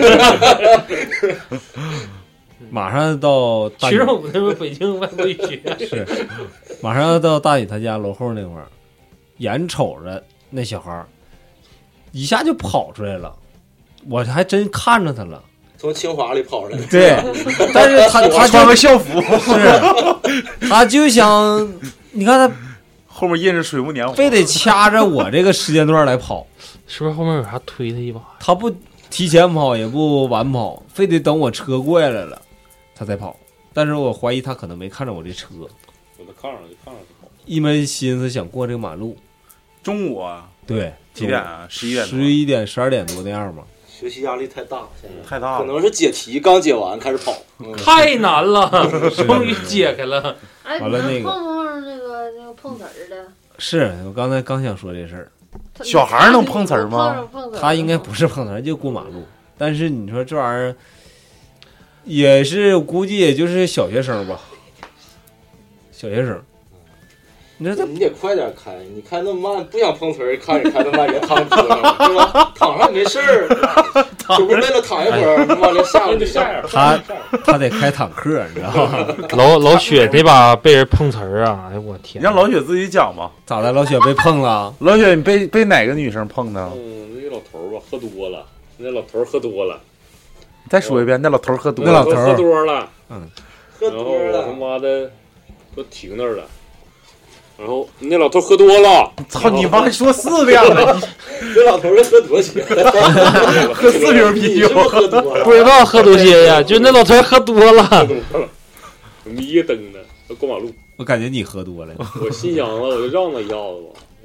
马上到大学生，那不北京外国语学是，马上要到大宇他家楼后那块儿，眼瞅着。那小孩一下就跑出来了，我还真看着他了， 从清华里跑出来。 对，但是他他穿个校服， 是，他就想，你看他后面印着水木年华， 非得掐着我这个时间段来跑， 是不是后面有啥推他一把？ 他不提前跑也不晚跑，非得等我车过来了，他才跑。但是我怀疑他可能没看着我这车， 我在炕上就炕上就跑， 一门心思想过这个马路。 中午啊， 对， 几点啊？十一点， 十一点、十二点多那样吧。 学习压力太大，现在太大了， 可能是解题刚解完开始跑， 嗯、太难了，终于解开了。 哎， 完了那个碰不碰那个那个碰瓷儿的？ 是我刚才刚想说这事儿， 小孩能碰瓷儿吗？ 他应该不是碰瓷儿，就过马路。但是你说这玩意儿，也是估计也就是小学生吧，小学生。 你说你得快点开，你开那么慢，不想碰瓷儿，看你开那么慢，人躺车上，对吧？躺上没事儿，这不是为了躺一会儿，完了下午就下。 他他得开坦克，你知道吗？ 老老雪这把被人碰瓷儿啊！哎呦我天！ 让老雪自己讲吧。 咋的？老雪被碰了？ 老雪，你被被哪个女生碰的？ 嗯，那个老头吧，喝多了。那老头喝多了。 再说一遍，那老头喝多了。 那老头喝多了。 嗯。 喝多了。 然后我他妈的都停那儿了。然后那老头喝多了， 操你妈！说四遍了， 这老头是喝多些， 喝四瓶啤酒， 喝多了， 不知道喝多些呀，就那老头喝多了， 喝多了，眯着灯呢，过马路。 我感觉你喝多了， 我心想了，我就让他一下子吧，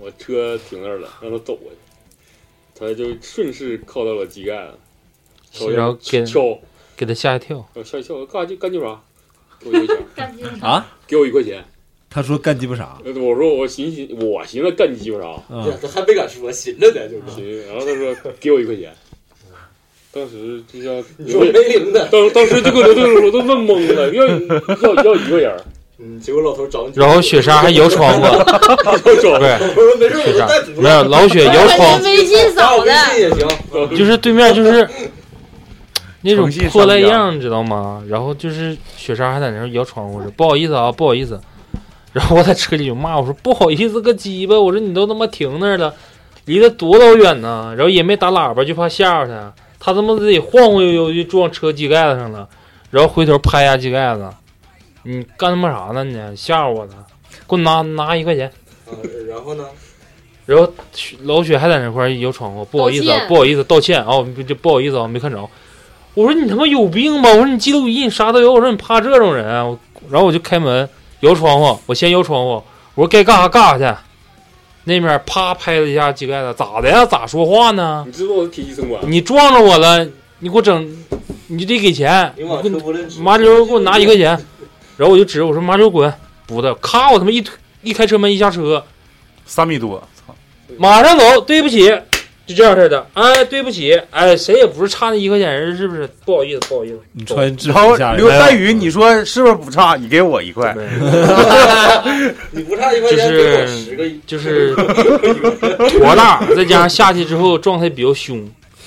我车停那儿了，让他走过去，他就顺势靠到了机盖子， 然后给敲， 给他吓一跳， 吓一跳，干干鸡巴啥？给我一块钱干鸡巴啊！ 给我一块钱。 他说干鸡巴啥？ 我说我寻思我寻思干鸡巴啥？ 嗯， 他还没敢说，寻着呢，就是寻。然后他说给我一块钱。当时就像你说没灵的， 当当时就给我都我都问懵了，要要要一个人。 嗯，结果老头找你， 然后雪莎还摇窗户，不是， 没事， 雪莎没有老雪摇窗， 微信扫的也行， 就是对面就是那种破烂样，你知道吗？然后就是雪莎还在那摇窗户说不好意思啊，不好意思。然后我在车里就骂我说不好意思个鸡巴，我说你都他妈停那儿了，离得多老远呢？然后也没打喇叭，就怕吓着他，他他妈自己晃晃悠悠就撞车机盖子上了，然后回头拍下机盖子。你干他妈啥呢？你吓唬我呢？给我拿拿一块钱。 啊，然后呢？ 然后老雪还在那块摇窗户，不好意思啊，不好意思，道歉啊，这不好意思啊，没看着。我说你他妈有病吧？我说你记录仪你啥都有，我说你怕这种人啊？然后我就开门摇窗户，我先摇窗户，我说该干啥干啥去。那面啪拍了一下机盖子，咋的呀？咋说话呢？ 你知道我是铁西城管？ 你撞着我了，你给我整，你就得给钱。 你往车轱辘指， 麻溜给我拿一块钱。然后我就指我说麻溜滚，不的，咔我他妈一推一开车门一下车， 三米多，操！ 马上走，对不起，就这样式的，哎，对不起，哎，谁也不是差那一块钱人，是不是？不好意思，不好意思。 你穿制然后服下来， 刘带雨，你说是不是不差？你给我一块， 你不差一块就钱，给我是十个， 就是火辣，再加上下去之后状态比较凶，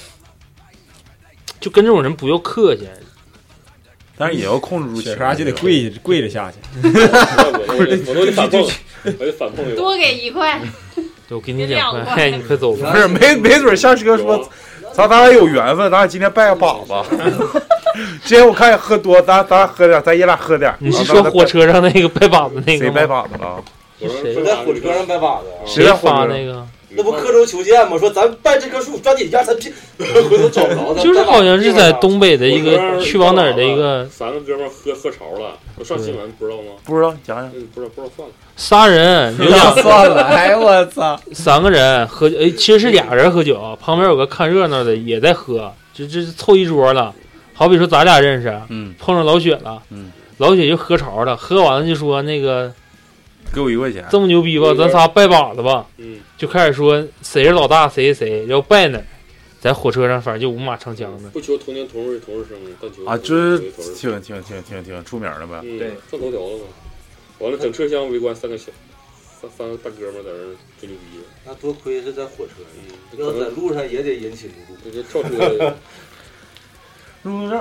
就跟这种人不要客气。 但是也要控制住雪莎就得跪跪着下去。 我我都得反碰，我得反碰。 多给一块， 我给你两块，你快走吧。 不是，没没准下车说，咱咱俩有缘分，咱俩今天拜个把子。今天我看你喝多，咱咱俩喝点，咱爷俩喝点。 你是说火车上那个拜把子那个吗？ 谁拜把子了？ 谁在火车上拜把子？ 谁发那个？ 那不刻舟求剑吗？说咱拜这棵树，抓紧压三劈，回头找不着他。 就是好像是在东北的一个去往哪儿的一个。 三个哥们喝喝潮了，都上新闻，不知道吗？ 不知道，讲讲。 嗯，不知道，不知道，算了。 仨人，有俩算了，哎我操！ 三个人喝酒，哎，其实是俩人喝酒，旁边有个看热闹的也在喝，就这凑一桌了。好比说咱俩认识， 嗯， 碰上老雪了， 嗯， 老雪就喝潮了，喝完了就说那个。 给我一块钱， 这么牛逼吧？咱仨拜把子吧。 嗯， 就开始说谁是老大，谁谁谁要拜哪。在火车上，反正就五马长枪的。 不求同年同日同日生，但求啊，这挺挺挺挺挺出名的呗。 对，上头条了嘛。完了，整车厢围观三个小三三个大哥们在那吹牛逼。 那多亏是在火车上，要在路上也得引起不住。这跳车， 入住证。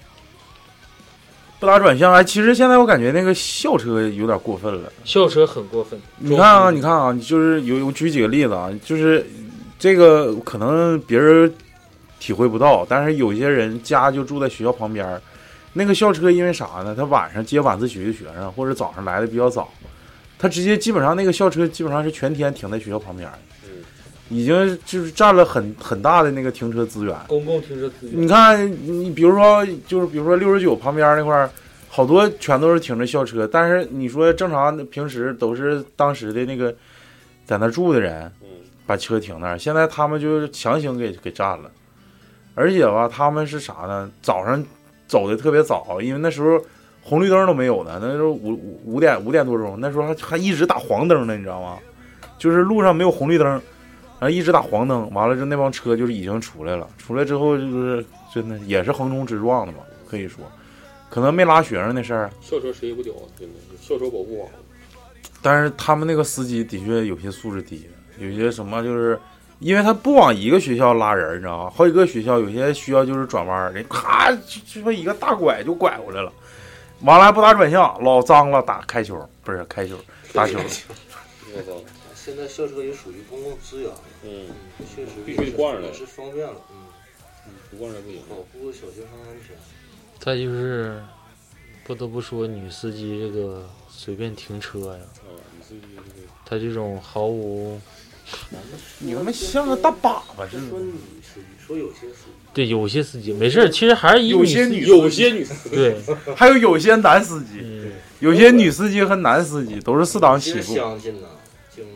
不打转向，哎，其实现在我感觉那个校车有点过分了。 校车很过分。 你看啊，你看啊，就是有我举几个例子啊，就是这个可能别人体会不到，但是有些人家就住在学校旁边，那个校车因为啥呢？他晚上接晚自习的学生，或者早上来的比较早，他直接基本上那个校车基本上是全天停在学校旁边。已经就是占了很很大的那个停车资源， 公共停车资源。 你看，你比如说，就是比如说六十九旁边那块儿，好多全都是停着校车，但是你说正常平时都是当时的那个在那住的人，把车停那儿，现在他们就强行给给占了，而且吧，他们是啥呢？早上走的特别早，因为那时候红绿灯都没有呢，那时候五五五点五点多钟，那时候还还一直打黄灯呢，你知道吗？就是路上没有红绿灯。然后一直打黄灯，完了之后那帮车就是已经出来了，出来之后就是真的也是横冲直撞的吧，可以说，可能没拉学生那事儿。 校车谁也不屌，真的，校车保护网。 但是他们那个司机的确有些素质低，有些什么就是，因为他不往一个学校拉人，你知道吗？好几个学校，有些需要就是转弯，人咔就说一个大拐就拐过来了，完了还不打转向，老脏了，打开球不是开球打球。 现在校车也属于公共资源， 嗯， 确实必须得挂上来， 是方便了，嗯， 不挂上来不行， 保护小学生安全。 再就是不得不说女司机这个随便停车呀， 啊，女司机这个， 她这种毫无， 你他妈像个大粑粑似的。 说女司机，说有些司机， 对，有些司机没事，其实还是以有些女有些女司机， 对， 还有有些男司机，有些女司机和男司机都是适当起步。 相信呢，经常。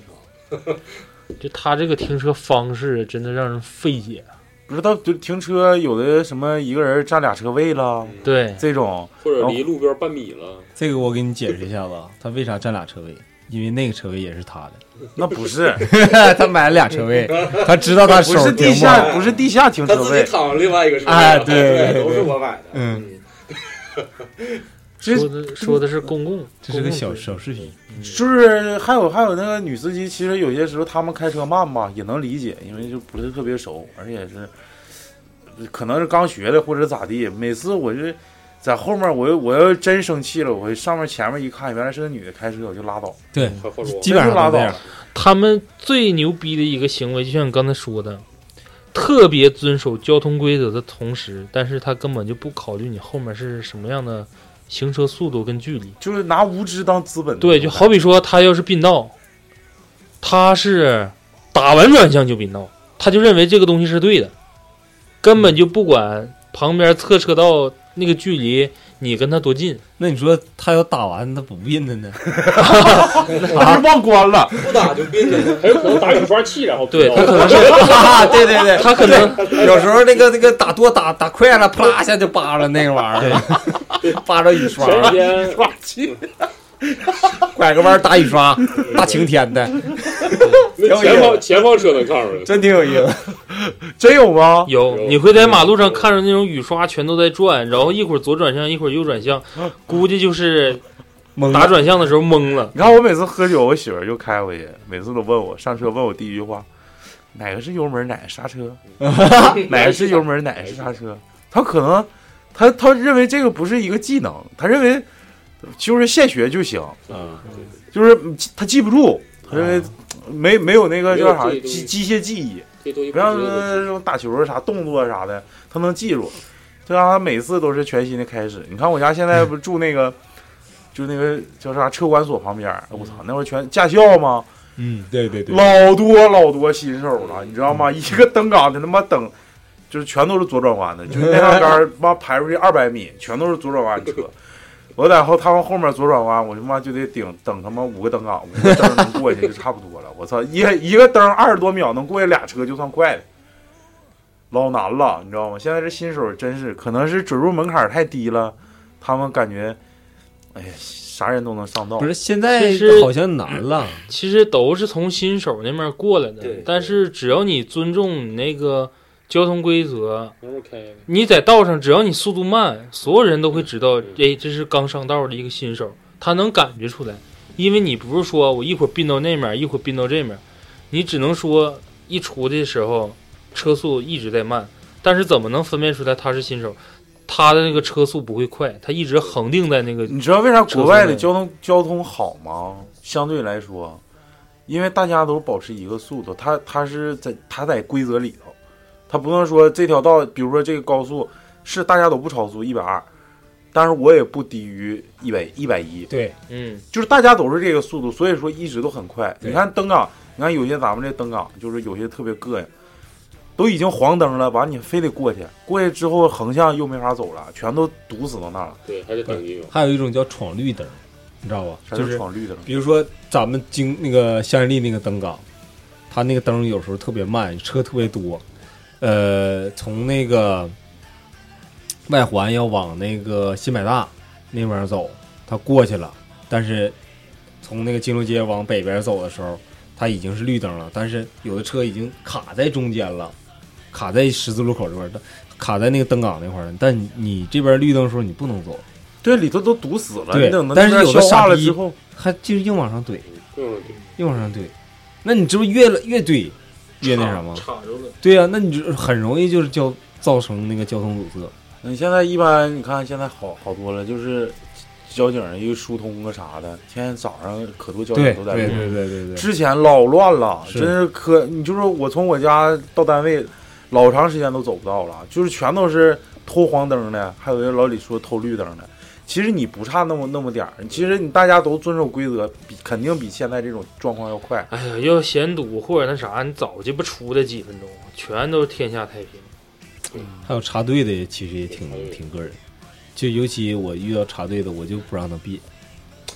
就他这个停车方式真的让人费解。 不是到就停车有的什么一个人占俩车位了， 对这种， 或者离路边半米了。 这个我给你解释一下子，他为啥占俩车位？因为那个车位也是他的。 那不是， 他买了俩车位，他知道他手不是地下，不是地下停车位， 他自己躺另外一个车位。 哎，对， 都是我买的。 嗯。 说的说的是公共， 这是个小小视频。 就是还有还有那个女司机，其实有些时候他们开车慢吧，也能理解，因为就不是特别熟，而且是可能是刚学的或者咋地。每次我就在后面，我我要真生气了，我上面前面一看，原来是个女的开车，我就拉倒。 对，基本上拉倒。 他们最牛逼的一个行为，就像你刚才说的，特别遵守交通规则的同时，但是他根本就不考虑你后面是什么样的行车速度跟距离， 就是拿无知当资本。 对，就好比说他要是并道，他是打完转向就并道，他就认为这个东西是对的，根本就不管旁边侧车道那个距离你跟他多近。 那你说他要打完他不并的呢？ 他是忘关了， 不打就并的， 还有可能打雨刷器，然后对他可能是， 对对对， 他可能有时候那个那个打多打打快了，啪一下就扒了那个玩意儿，扒着雨刷， 前天刷器， 拐个弯打雨刷，大晴天的， 那前方前方车能看出来， 真挺有意思。 真有吗？ 有，你会在马路上看着那种雨刷全都在转，然后一会儿左转向，一会儿右转向，估计就是打转向的时候懵了。 你看我每次喝酒，我媳妇儿就开回去，每次都问我上车，问我第一句话，哪个是油门，哪个刹车，哪个是油门，哪个是刹车。他可能他他认为这个不是一个技能，他认为就是现学就行， 嗯， 就是他记不住，他认为没没有那个叫啥机机械记忆。不像这种打球啥动作啥的，他能记住，对啊，他每次都是全新的开始。你看我家现在不住那个，就那个叫啥车管所旁边，我操，那会儿全驾校吗？ 嗯，对对对， 老多老多新手了，你知道吗？一个登岗的他妈等，就是全都是左转弯的，就是那条杆妈排出去二百米，全都是左转弯车。我在后他们后面左转弯，我他妈就得顶等他妈五个登岗，五个灯能过去就差不多了。我操，一一个灯二十多秒能过去俩车就算快的，老难了，你知道吗？现在这新手真是可能是准入门槛太低了，他们感觉，哎呀，啥人都能上道。 不是现在好像难了， 其实都是从新手那边过来的，但是只要你尊重你那个交通规则，你在道上只要你速度慢，所有人都会知道，哎，这是刚上道的一个新手，他能感觉出来，因为你不是说我一会儿并到那面，一会儿并到这面，你只能说一出的时候车速一直在慢，但是怎么能分辨出来他是新手？他的那个车速不会快，他一直恒定在那个。 你知道为啥国外的交通交通好吗？相对来说，因为大家都保持一个速度，他他是在他在规则里头。他不能说这条道，比如说这个高速是大家都不超速一百二，但是我也不低于一百一百一。 对， 嗯， 就是大家都是这个速度，所以说一直都很快。你看登岗，你看有些咱们这登岗就是有些特别膈应，都已经黄灯了，完你非得过去，过去之后横向又没法走了，全都堵死到那儿了。 对，还得等一个。 还有一种叫闯绿灯，你知道吧？ 就是闯绿灯。 比如说咱们经那个香榭丽那个登岗，它那个灯有时候特别慢，车特别多。呃，从那个外环要往那个新百大那边走，他过去了，但是从那个金龙街往北边走的时候，它已经是绿灯了，但是有的车已经卡在中间了，卡在十字路口这边的，卡在那个登岗那块儿了。但你你这边绿灯的时候你不能走， 对，里头都堵死了。 对， 等但是有的傻逼了之后， 还就硬往上怼， 嗯， 硬往上怼，那你这不越越怼越那什么？ 插住了。 对呀、啊，那你就很容易就是交造成那个交通堵塞。 你现在一般你看现在好好多了，就是交警一个疏通个啥的，天天早上可多交警都在对对对对对。 之前老乱了， 是真是可你就是我从我家到单位老长时间都走不到了，就是全都是偷黄灯的，还有人老李说偷绿灯的。其实你不差那么那么点儿，其实你大家都遵守规则，比肯定比现在这种状况要快。 哎呀，要嫌堵或者那啥，你早就不出来几分钟，全都是天下太平。 嗯、还有插队的，其实也挺挺个人，就尤其我遇到插队的，我就不让他别。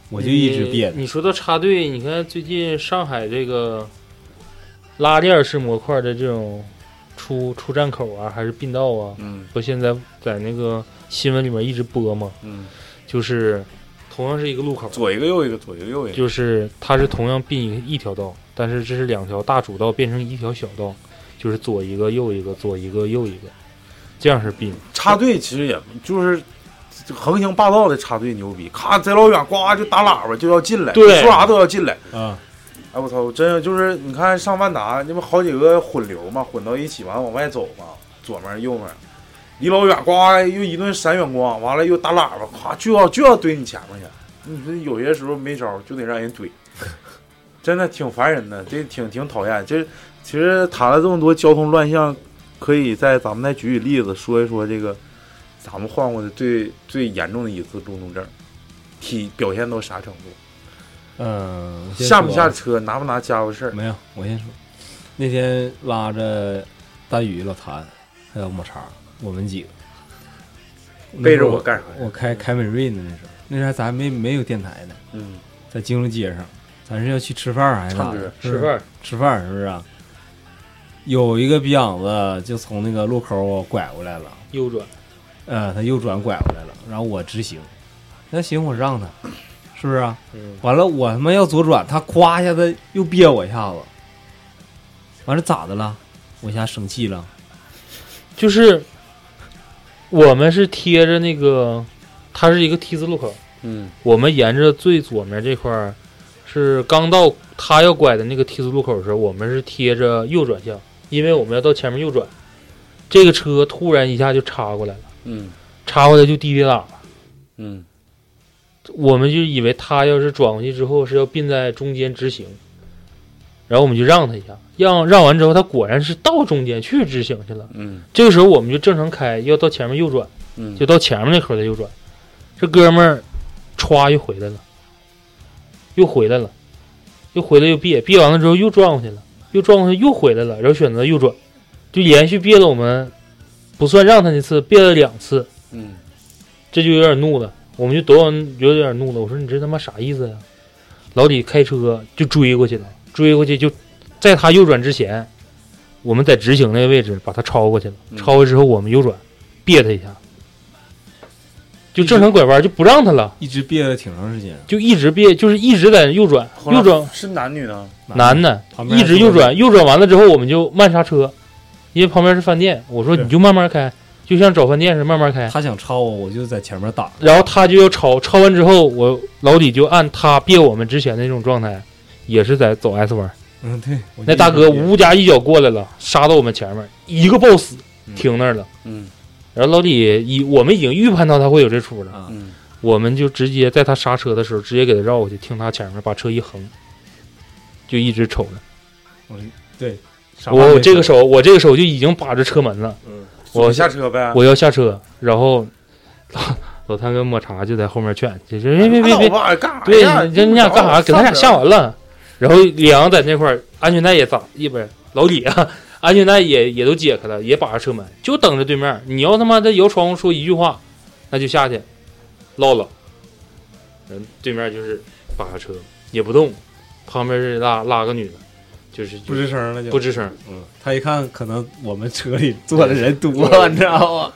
我就一直憋着。 你说到插队，你看最近上海这个拉链式模块的这种出出站口啊，还是并道啊， 嗯， 不现在在那个新闻里面一直播嘛， 嗯， 就是同样是一个路口， 左一个右一个，左一个右一个， 就是它是同样并一个一条道，但是这是两条大主道变成一条小道，就是左一个右一个，左一个右一个，这样是并。 插队其实也就是横行霸道的插队牛逼，咔贼老远呱就打喇叭就要进来， 对， 说啥都要进来啊！ 哎我操，真就是你看上万达那不好几个混流嘛，混到一起完往外走嘛，左面右面，离老远呱又一顿闪远光，完了又打喇叭，咵就要就要怼你前面去。你说有些时候没招就得让人怼，真的挺烦人的，这挺挺讨厌。这其实谈了这么多交通乱象，可以在咱们再举举例子说一说这个咱们患过的最最严重的一次路怒症，体表现到啥程度？ 嗯， 下不下车，拿不拿家伙事儿？ 没有，我先说，那天拉着大宇、老谭还有抹茶，我们几个背着我干啥？ 我开凯美瑞呢，那时候，那时候咱没没有电台呢。 嗯， 在京路街上，咱是要去吃饭还是咋的？ 吃饭， 吃饭是不是啊？有一个逼养子就从那个路口拐过来了， 右转， 呃，他右转拐过来了，然后我直行，那行我让他。是不是啊？ 嗯， 完了，我他妈要左转，他咵一下子又憋我一下子，完了咋的了？我一下生气了， 就是我们是贴着那个，它是一个 T 字路口， 嗯， 我们沿着最左面这块是刚到他要拐的那个 T 字路口的时候，我们是贴着右转向，因为我们要到前面右转。这个车突然一下就插过来了， 嗯， 插过来就滴滴喇叭， 嗯。 我们就以为他要是转过去之后是要并在中间直行，然后我们就让他一下，让让完之后他果然是到中间去直行去了。 嗯， 这个时候我们就正常开，要到前面右转， 嗯， 就到前面那口的右转。这哥们儿歘又回来了，又回来了，又回来又别别完了之后又转过去了，又转过去又回来了，然后选择右转，就连续别了我们不算让他那次，别了两次。 嗯， 这就有点怒了。我们就都有点怒了，我说你这他妈啥意思呀？老李开车就追过去了，追过去就在他右转之前，我们在直行那个位置把他超过去了， 嗯、 超过之后我们右转，别他一下，就正常拐弯就不让他了， 一直别了挺长时间， 就一直别，就是一直在右转，右转是男女呢？ 男的，一直右转，右转完了之后我们就慢刹车，因为旁边是饭店，我说你就慢慢开。就像找饭店似的慢慢开， 他想超我，我就在前面打， 然后他就要超，超完之后，我老李就按他别我们之前那种状态，也是在走 S 弯。 嗯，对， 那大哥无家一脚过来了，杀到我们前面，一个抱死，停那儿了。 嗯， 然后老李以我们已经预判到他会有这出了， 嗯， 我们就直接在他刹车的时候，直接给他绕过去，停他前面，把车一横，就一直瞅着。 我对， 我这个手，我这个手就已经把着车门了。 嗯。 我下车呗， 我要下车，然后老老谭跟抹茶就在后面劝，就说别别别别，对，你这你俩干啥？给他俩下完了，然后李阳在那块儿，安全带也扎，一边老李啊，安全带也也都解开了，也把着车门，就等着对面。你要他妈的摇窗户说一句话，那就下去唠唠。人对面就是把着车也不动，旁边是拉拉个女的。就是不吱声了就， 不吱声。 嗯，他一看，可能我们车里坐的人多，你知道吗？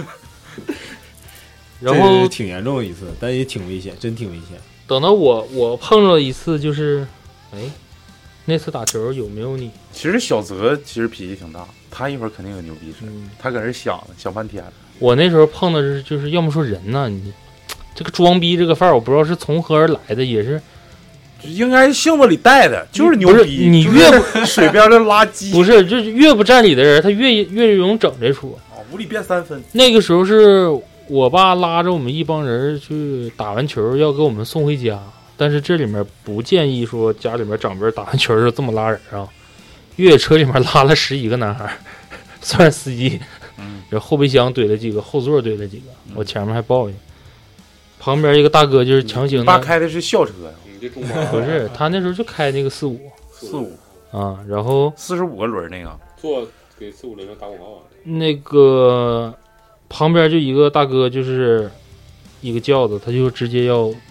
然后挺严重的一次，但也挺危险，真挺危险。 等到我我碰着一次，就是，哎，那次打球有没有你？ 其实小泽其实脾气挺大，他一会儿肯定有牛逼事， 嗯、 他搁这想想半天。 我那时候碰的是，就是要么说人呢，你这个装逼这个范儿，我不知道是从何而来的，也是。 应该性子里带的，就是牛逼。 你越不水边的垃圾， 不是，就是越不占理的人，他越越容易整这出。 啊，无理变三分。 那个时候是我爸拉着我们一帮人去打完球，要给我们送回家。但是这里面不建议说家里面长辈打完球就这么拉人啊。越野车里面拉了十几个男孩，算司机。 嗯， 这后备箱堆了几个，后座堆了几个，嗯、我前面还抱怨。旁边一个大哥就是强行的。 你爸开的是校车呀？ 不是，他那时候就开那个四五四五啊，然后四十五个轮那个， 做给四五轮上打广告啊。 那个旁边就一个大哥，就是一个轿子，他就直接要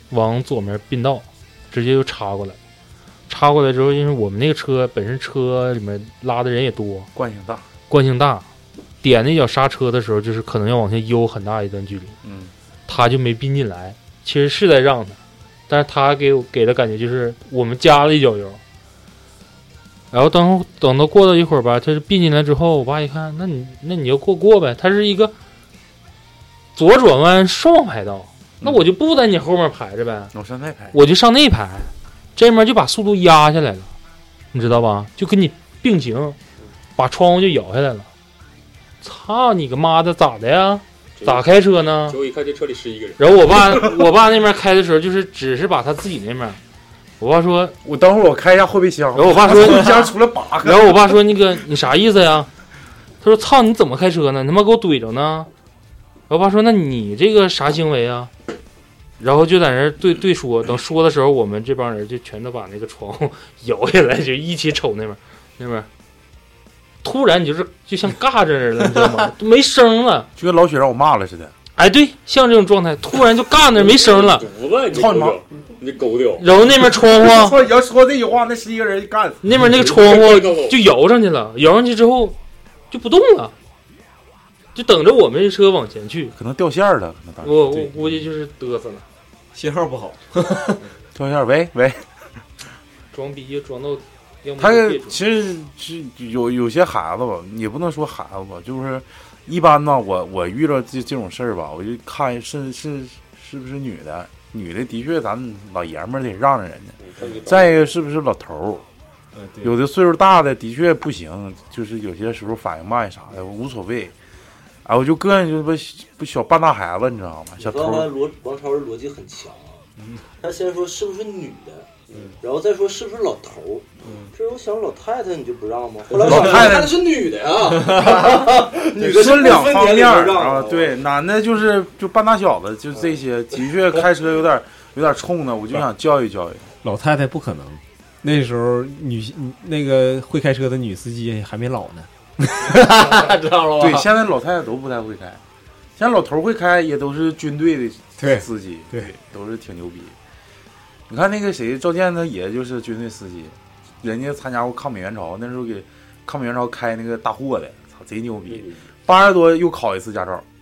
往左面并道，直接就插过来。插过来之后，因为我们那个车本身车里面拉的人也多， 惯性大， 惯性大，点那脚刹车的时候，就是可能要往下悠很大一段距离。 嗯， 他就没并进来，其实是在让他，但是他给我给的感觉就是我们加了一脚油。然后等等到过了一会儿吧，他是并进来之后，我爸一看，那你那你要过过呗，它是一个左转弯双排道，那我就不在你后面排着呗， 我上那排， 我就上那排，这面就把速度压下来了，你知道吧？就跟你并行，把窗户就摇下来了。操你个妈的，咋的呀？咋开车呢？ 结果一看这车里十一个人。 然后我爸我爸那边开的时候，就是只是把他自己那边。我爸说：“ 我等会儿我开一下后备箱。” 然后我爸说：“ 后备箱出来八个。” 然后我爸说：“那个你啥意思呀？”他说：“操，你怎么开车呢？你他妈给我怼着呢！”然后我爸说：“那你这个啥行为啊？”然后就在那儿对对说，等说的时候，我们这帮人就全都把那个窗户摇下来，就一起瞅那边那边。突然你就是就像尬着似的，你知道吗？都没声了， 就跟老雪让我骂了似的。 哎，对，像这种状态，突然就尬那没声了。 操你妈！ 你狗屌！ 然后那边窗户， 操！你要说这句话，那十一个人干死。 那边那个窗户就摇上去了，摇上去之后就不动了，就等着我们这车往前去。 可能掉线了，可能当时我我估计就是嘚瑟了， 信号不好， 掉线。喂喂， 装逼就装到。 他其实是有有些孩子吧，也不能说孩子吧，就是一般呢，我我遇到这这种事儿吧，我就看是是是不是女的，女的的确咱老爷们儿得让着人家，再一个是不是老头儿，有的岁数大的的确不行，就是有些时候反应慢啥的无所谓，啊，我就个人就不不小半大孩子，你知道吗？小头。 逻王超的逻辑很强啊，他先说是不是女的。嗯，然后再说是不是老头儿？嗯，这我想老太太你就不让吗？后来老太太是女的呀，女的是两方面啊，对，男的就是就半大小子，就这些，的确开车有点有点冲的，我就想教育教育。 老太太不可能，那时候女那个会开车的女司机还没老呢，知道了吧？ 对，现在老太太都不太会开，现在老头会开也都是军队的司机， 对， 都是挺牛逼。你看那个谁，赵健他爷就是军队司机，人家参加过抗美援朝，那时候给抗美援朝开那个大货的，操，贼牛逼！八十多又考一次驾照。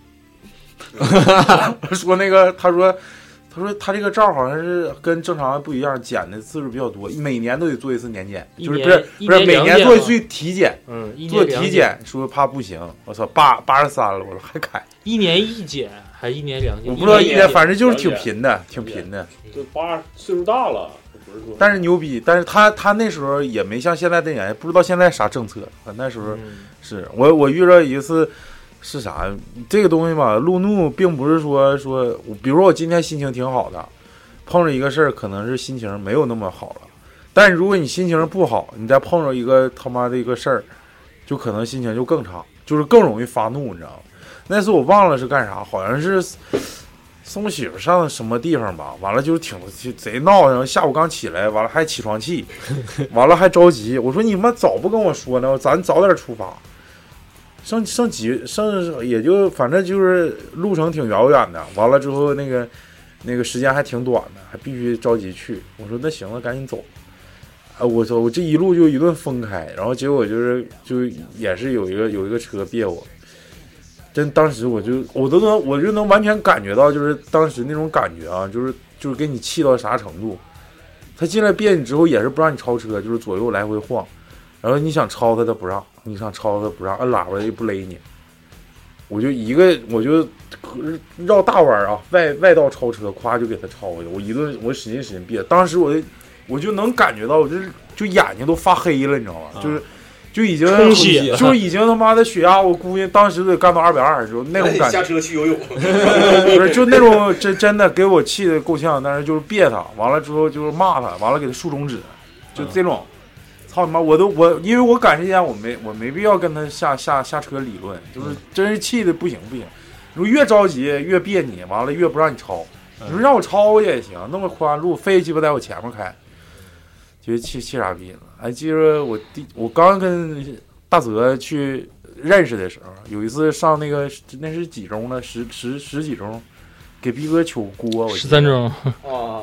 说那个，他说，他说他这个照好像是跟正常不一样，检的次数比较多，每年都得做一次年检，就是不是不是每年做一次体检， 嗯， 做体检说怕不行，我操，八八十三了，我说还开一年一检还是一年两检？ 我不知道一年，反正就是挺贫的，挺贫的。 就八岁数大了，不是说。 但是牛逼，但是他他那时候也没像现在这样，不知道现在啥政策。那时候是、嗯、我我遇到一次是啥，这个东西吧，路怒并不是说说，比如说我今天心情挺好的，碰着一个事儿，可能是心情没有那么好了。但是如果你心情不好，你再碰着一个他妈的一个事儿，就可能心情就更差，就是更容易发怒，你知道吗？那次我忘了是干啥，好像是送我媳妇上什么地方吧，完了就是挺贼闹，然后下午刚起来，完了还起床气，完了还着急。我说你妈早不跟我说呢，咱早点出发。上上几上也就反正就是路程挺遥远的，完了之后那个那个时间还挺短的，还必须着急去。我说那行了，赶紧走。啊，我操，我这一路就一顿疯开，然后结果就是就也是有一个有一个车别我。真当时我就我都能我就能完全感觉到，就是当时那种感觉啊，就是就是给你气到啥程度。他进来别你之后也是不让你超车，就是左右来回晃，然后你想超他他不让，你想超他不让，按喇叭也不勒你。我就一个我就绕大弯啊，外外道超车，咵就给他超过去。我一顿我使劲使劲别，当时我就我就能感觉到，我就就眼睛都发黑了，你知道吗？啊、就是。就已经就已经他妈的血压，我估计当时得干到二百二的时候那种感觉。 下车去游泳， 不是就那种真真的给我气的够呛，但是就是别他，完了之后就是骂他，完了给他竖中指，就这种。操你妈！我都我因为我赶时间，我没我没必要跟他下下下车理论，就是真是气的不行不行。你说越着急越别你，完了越不让你超。你说让我超也行，那么宽路非鸡巴在我前面开。觉得气气傻逼了，还记着我第我刚跟大泽去认识的时候，有一次上那个那是几中呢？十十十几中，给逼哥求锅，我十三中啊，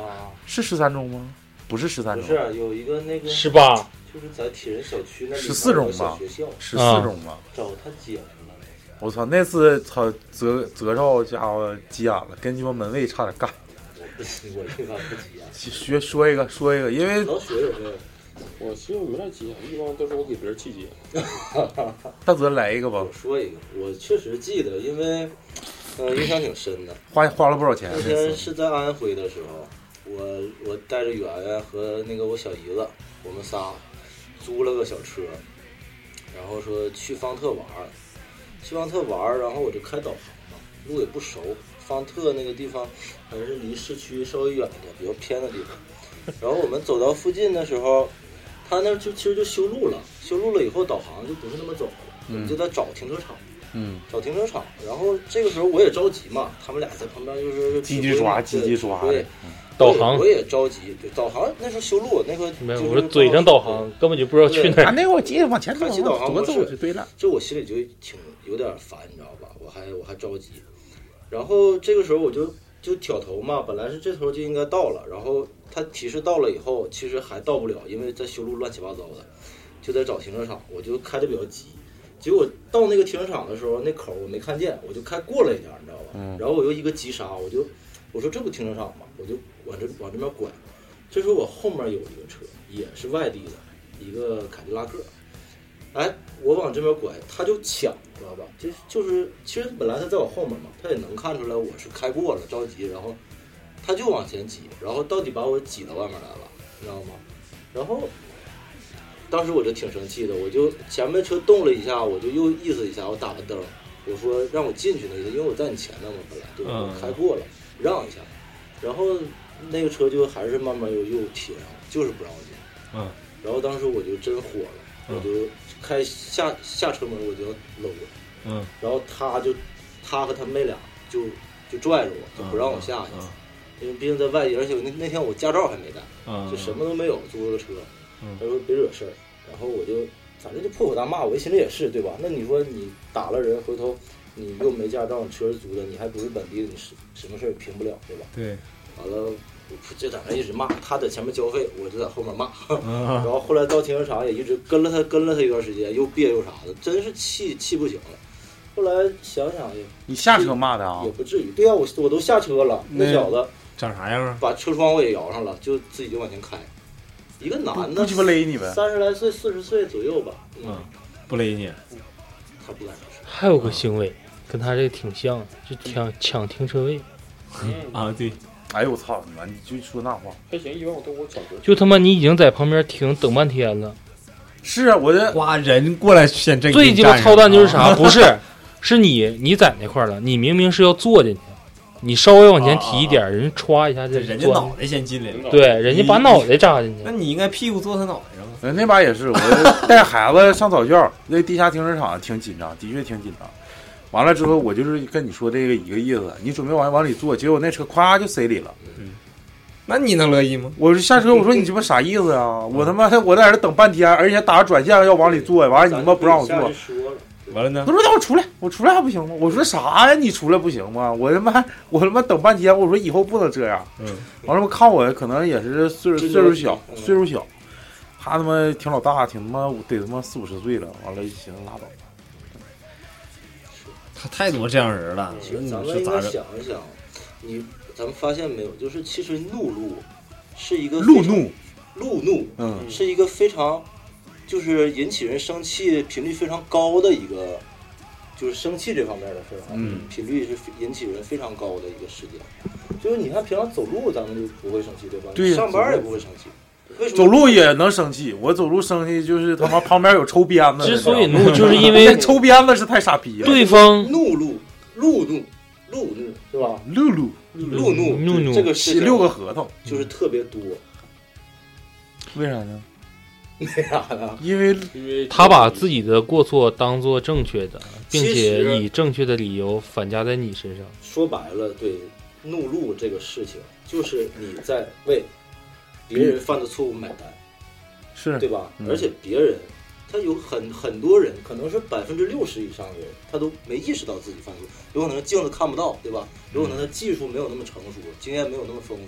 是十三中吗？不是十三中， 不是有一个那个十八， 就是在铁人小区那里十四中吧？ 学校十四中吧？ 找他姐来了。 我操！那次操泽泽少家伙急眼了，跟鸡巴门卫差点干。 我不行，我这般不急眼。 学说一个说一个，因为老雪有没有？我其实有点急眼，一般都是我给别人气急眼。 大泽来一个吧。 我说一个，我确实记得，因为呃印象挺深的。 花花了不少钱？ 那天是在安徽的时候，我我带着圆圆和那个我小姨子，我们仨租了个小车，然后说去方特玩。去方特玩，然后我就开导航嘛，路也不熟。方特那个地方还是离市区稍微远一点，比较偏的地方。然后我们走到附近的时候，他那就其实就修路了，修路了以后导航就不是那么走了，我们就在找停车场， 嗯， 找停车场。然后这个时候我也着急嘛，他们俩在旁边就是叽叽抓叽叽抓的， 导航我也着急，就导航那时候修路那个没有，我说嘴上导航根本就不知道去哪儿。 那个我记得往前走， 开启导航多走就对了。 这我心里就挺有点烦，你知道吧？我还我还着急。然后这个时候我就就挑头嘛，本来是这头就应该到了，然后他提示到了以后，其实还到不了，因为在修路乱七八糟的，就在找停车场，我就开的比较急。结果到那个停车场的时候，那口我没看见，我就开过了一点，你知道吧？ 嗯。 然后我又一个急刹，我就我说这不停车场吗？我就往这往这边拐。这时候我后面有一个车，也是外地的，一个凯迪拉克。哎，我往这边拐，他就抢，知道吧？就就是，其实本来他在我后面嘛，他也能看出来我是开过了，着急，然后他就往前挤，然后到底把我挤到外面来了，你知道吗？然后当时我就挺生气的，我就前面车动了一下，我就又意思一下，我打个灯，我说让我进去那个，因为我在你前面嘛，本来对吧？我开过了，让一下，然后那个车就还是慢慢又又贴上了，就是不让我进。 嗯， 然后当时我就真火了，我就开下下车门我就要搂了， 嗯， 然后他就他和他妹俩就就拽着我，就不让我下去， 嗯、 因为毕竟在外地，而且那那天我驾照还没带， 嗯、 就什么都没有，租了个车， 嗯， 他说别惹事儿，然后我就反正就破口大骂，我一心里也是对吧？那你说你打了人，回头你又没驾照，你车是租的，你还不是本地的，你什什么事儿也评不了对吧？ 对， 完了。就在那一直骂，他在前面交费，我就在后面骂。啊、然后后来到停车场也一直跟了他，跟了他一段时间，又别又啥的，真是气气不行了。后来想想也， 你下车骂的啊？ 也不至于。对啊，我我都下车了，那小子长啥样啊？ 把车窗户也摇上了，就自己就往前开。一个男的， 不鸡巴勒你呗？ 三十来岁，四十岁左右吧。 嗯，嗯不勒你。 他不敢说。 还有个行为跟他这个挺像，就抢抢停车位。 嗯啊，对。 哎呦我操！你就说那话还行，一般我都我抢车。 就他妈你已经在旁边停等半天了。 是啊，我这哇人过来先这个。 最鸡巴操蛋就是啥？啊、不是，是你你在那块了，你明明是要坐进去，你稍微往前提一点，啊、人家歘一下就人家脑袋先进来了。 对，人家把脑袋扎进去。 那你应该屁股坐他脑袋上。 呃，那把也是，我带孩子上早教，那地下停车场挺紧张，的确挺紧张。完了之后，我就是跟你说这个一个意思，你准备往往里坐，结果那车咵就塞里了。 嗯，那你能乐意吗？ 我下车，我说你鸡巴啥意思啊？我他妈我在这等半天，而且打着转向要往里坐，完了你他妈不让我坐。 完了呢？ 他说让我出来，我出来还不行吗？我说啥呀？你出来不行吗？我他妈我他妈等半天，我说以后不能这样。 嗯， 完了我看我可能也是岁岁数小，岁数小，他他妈挺老大，挺他妈得他妈四五十岁了。完了行拉倒。 他太多这样人了， 其实咱们应该想一想，你咱们发现没有？就是其实怒路是一个路怒， 路怒， 嗯， 是一个非常就是引起人生气频率非常高的一个，就是生气这方面的事儿， 嗯， 频率是引起人非常高的一个事件。就是你看平常走路咱们就不会生气，对吧？ 对， 上班也不会生气。为什么走路也能生气？我走路生气就是他妈旁边有抽鞭子。 之所以怒，就是因为抽鞭子是太傻逼了。 对方怒路路怒路怒是吧？ 路怒路怒怒怒这个是六个核桃， 就是特别多。 为啥呢？ 为啥呢？ 因为因为他把自己的过错当做正确的，并且以正确的理由反加在你身上。 说白了，对怒路这个事情，就是你在为别人犯的错误买单， 是对吧？ 嗯、 而且别人，他有很很多人，可能是百分之六十以上的人，他都没意识到自己犯错，有可能镜子看不到，对吧？有可能他技术没有那么成熟，经验没有那么丰富，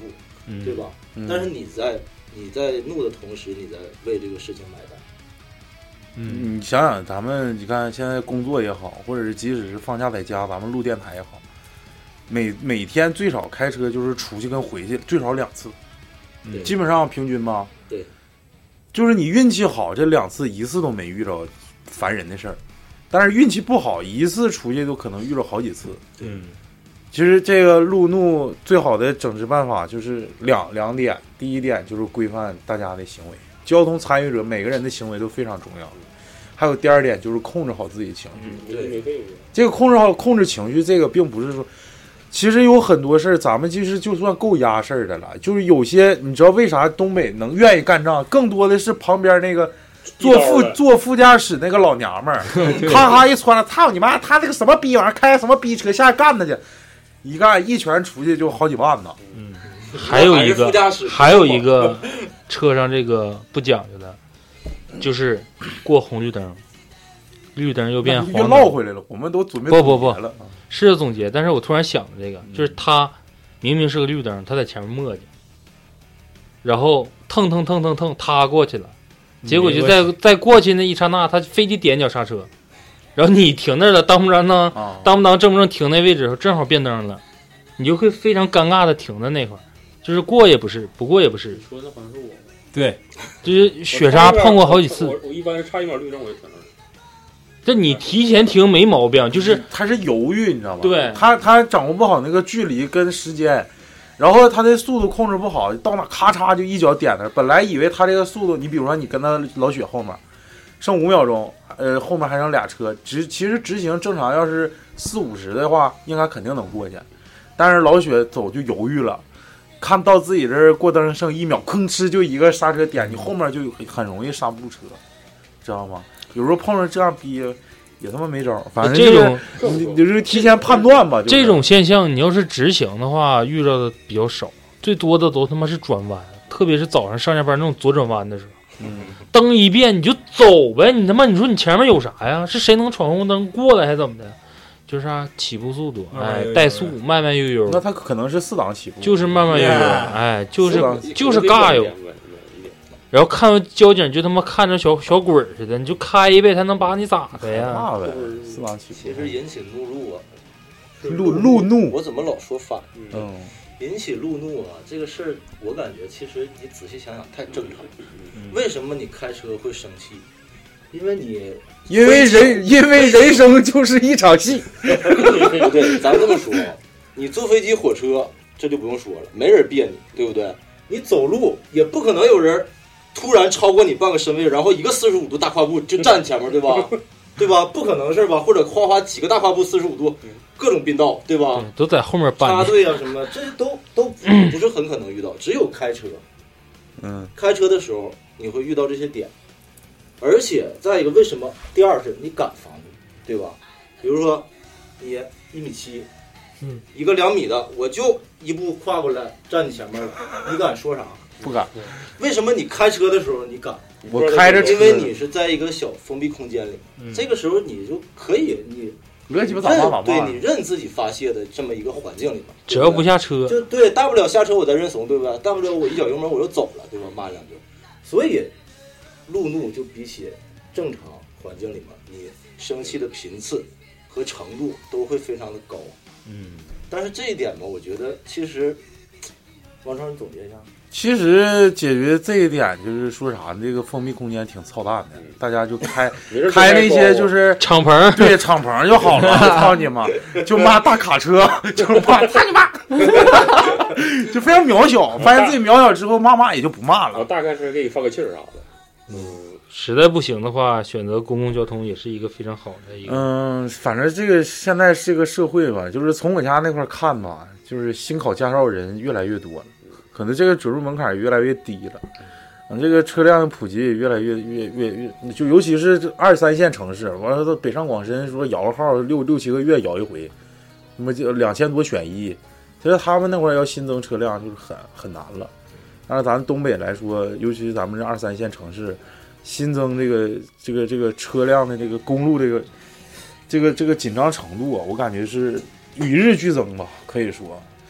嗯、 对吧？ 嗯、 但是你在你在怒的同时，你在为这个事情买单。 嗯，你想想，咱们你看现在工作也好，或者是即使是放假在家，咱们录电台也好，每每天最少开车就是出去跟回去最少两次， 嗯、 基本上平均吧。 对， 就是你运气好，这两次一次都没遇着烦人的事儿，但是运气不好，一次出去都可能遇着好几次。 嗯， 其实这个路怒最好的整治办法就是两两点，第一点就是规范大家的行为，交通参与者每个人的行为都非常重要。还有第二点就是控制好自己情绪。 对， 这个控制好控制情绪，这个并不是说，其实有很多事儿，咱们其实就算够压事儿的了。就是有些你知道为啥东北能愿意干仗，更多的是旁边那个坐副坐副驾驶那个老娘们儿，咔咔一穿了，操你妈，他这个什么逼玩意儿，开什么逼车，下去干他去，一干一拳出去就好几万呢。 嗯，还有一个还有一个车上这个不讲究的。就是过红绿灯，绿灯又变黄灯， 又绕回来了。我们都准备不不不是总结，但是我突然想这个，就是他明明是个绿灯，他在前面磨叽，然后腾腾腾腾腾，他过去了，结果就在在过去那一刹那，他非得点脚刹车，然后你停那儿了，当不当当，当不当正不正停那位置，正好变灯了，你就会非常尴尬的停在那块儿，就是过也不是，不过也不是。 你说的好像是我。 对， 就是雪莎碰过好几次。 我我一般是差一秒绿灯我就停那儿。 这你提前停没毛病，就是他是犹豫，你知道吗？ 对， 他他掌握不好那个距离跟时间，然后他的速度控制不好，到那咔嚓就一脚点那儿。本来以为他这个速度，你比如说你跟他老雪后面剩五秒钟，呃，后面还剩俩车，直其实直行正常要是四五十的话，应该肯定能过去，但是老雪走就犹豫了。看到自己这儿过灯剩一秒，吭哧就一个刹车点，你后面就很容易刹不住车，知道吗？有时候碰上这样逼也他妈没招，反正、 这种你就是提前判断吧。就是、 这种现象你要是直行的话，遇到的比较少，最多的都他妈是转弯，特别是早上上下班那种左转弯的时候， 嗯， 灯一变你就走呗，你他妈你说你前面有啥呀？是谁能闯红灯过来还怎么的？就是啥起步速度，哎，怠速，慢慢悠悠。 那他可能是四档起步， 就是慢慢悠悠，哎，就是就是尬悠。然后看交警就他妈看着小小鬼似的，你就开呗，他能把你咋的呀？ 那呗，四档起步。 其实引起怒路啊， 路路怒， 我怎么老说反？ 嗯， 引起路怒啊，这个事儿我感觉其实你仔细想想太正常。为什么你开车会生气？因为你。 因为人，因为人生就是一场戏。 不对，咱这么说，你坐飞机、火车，这就不用说了，没人别你，对不对？你走路也不可能有人突然超过你半个身位，然后一个四十五度大跨步就站前面，对吧？对吧？不可能是吧？或者哗哗几个大跨步四十五度，各种并道，对吧？ 对，都在后面搬插队啊什么，这都都不是很可能遇到，只有开车。 嗯， 开车的时候你会遇到这些点。而且再一个，为什么？第二是你敢防御，对吧？比如说你一米七， 嗯， 一个两米的，我就一步跨过来站你前面了，你敢说啥？ 不敢。 为什么你开车的时候你敢？ 我开着车， 因为你是在一个小封闭空间里，嗯、这个时候你就可以你乱七八糟咋骂， 对你任自己发泄的这么一个环境里面， 只要不下车， 就对，大不了下车我再认怂，对吧？大不了我一脚油门我就走了，对吧？骂两句，所以。路怒就比起正常环境里面，你生气的频次和程度都会非常的高。 嗯， 但是这一点嘛，我觉得其实，王超，你总结一下。 其实解决这一点就是说啥，这个封闭空间挺操蛋的，大家就开开那些就是敞篷， 对，敞篷就好了。操你妈，就骂大卡车，就骂操你妈，就非常渺小。发现自己渺小之后，骂骂也就不骂了。 大卡车给你放个气儿啥的。 嗯，实在不行的话，选择公共交通也是一个非常好的一个。 嗯，反正这个现在这个社会吧，就是从我家那块看吧，就是新考驾照人越来越多了，可能这个准入门槛越来越低了，嗯，这个车辆的普及也越来越越越越，就尤其是二三线城市，完了到北上广深说摇号六六七个月摇一回，那么就两千多选一，其实他们那块要新增车辆就是很很难了。按咱东北来说，尤其是咱们这二三线城市，新增这个这个这个车辆的这个公路这个这个这个紧张程度啊，我感觉是与日俱增吧，可以说。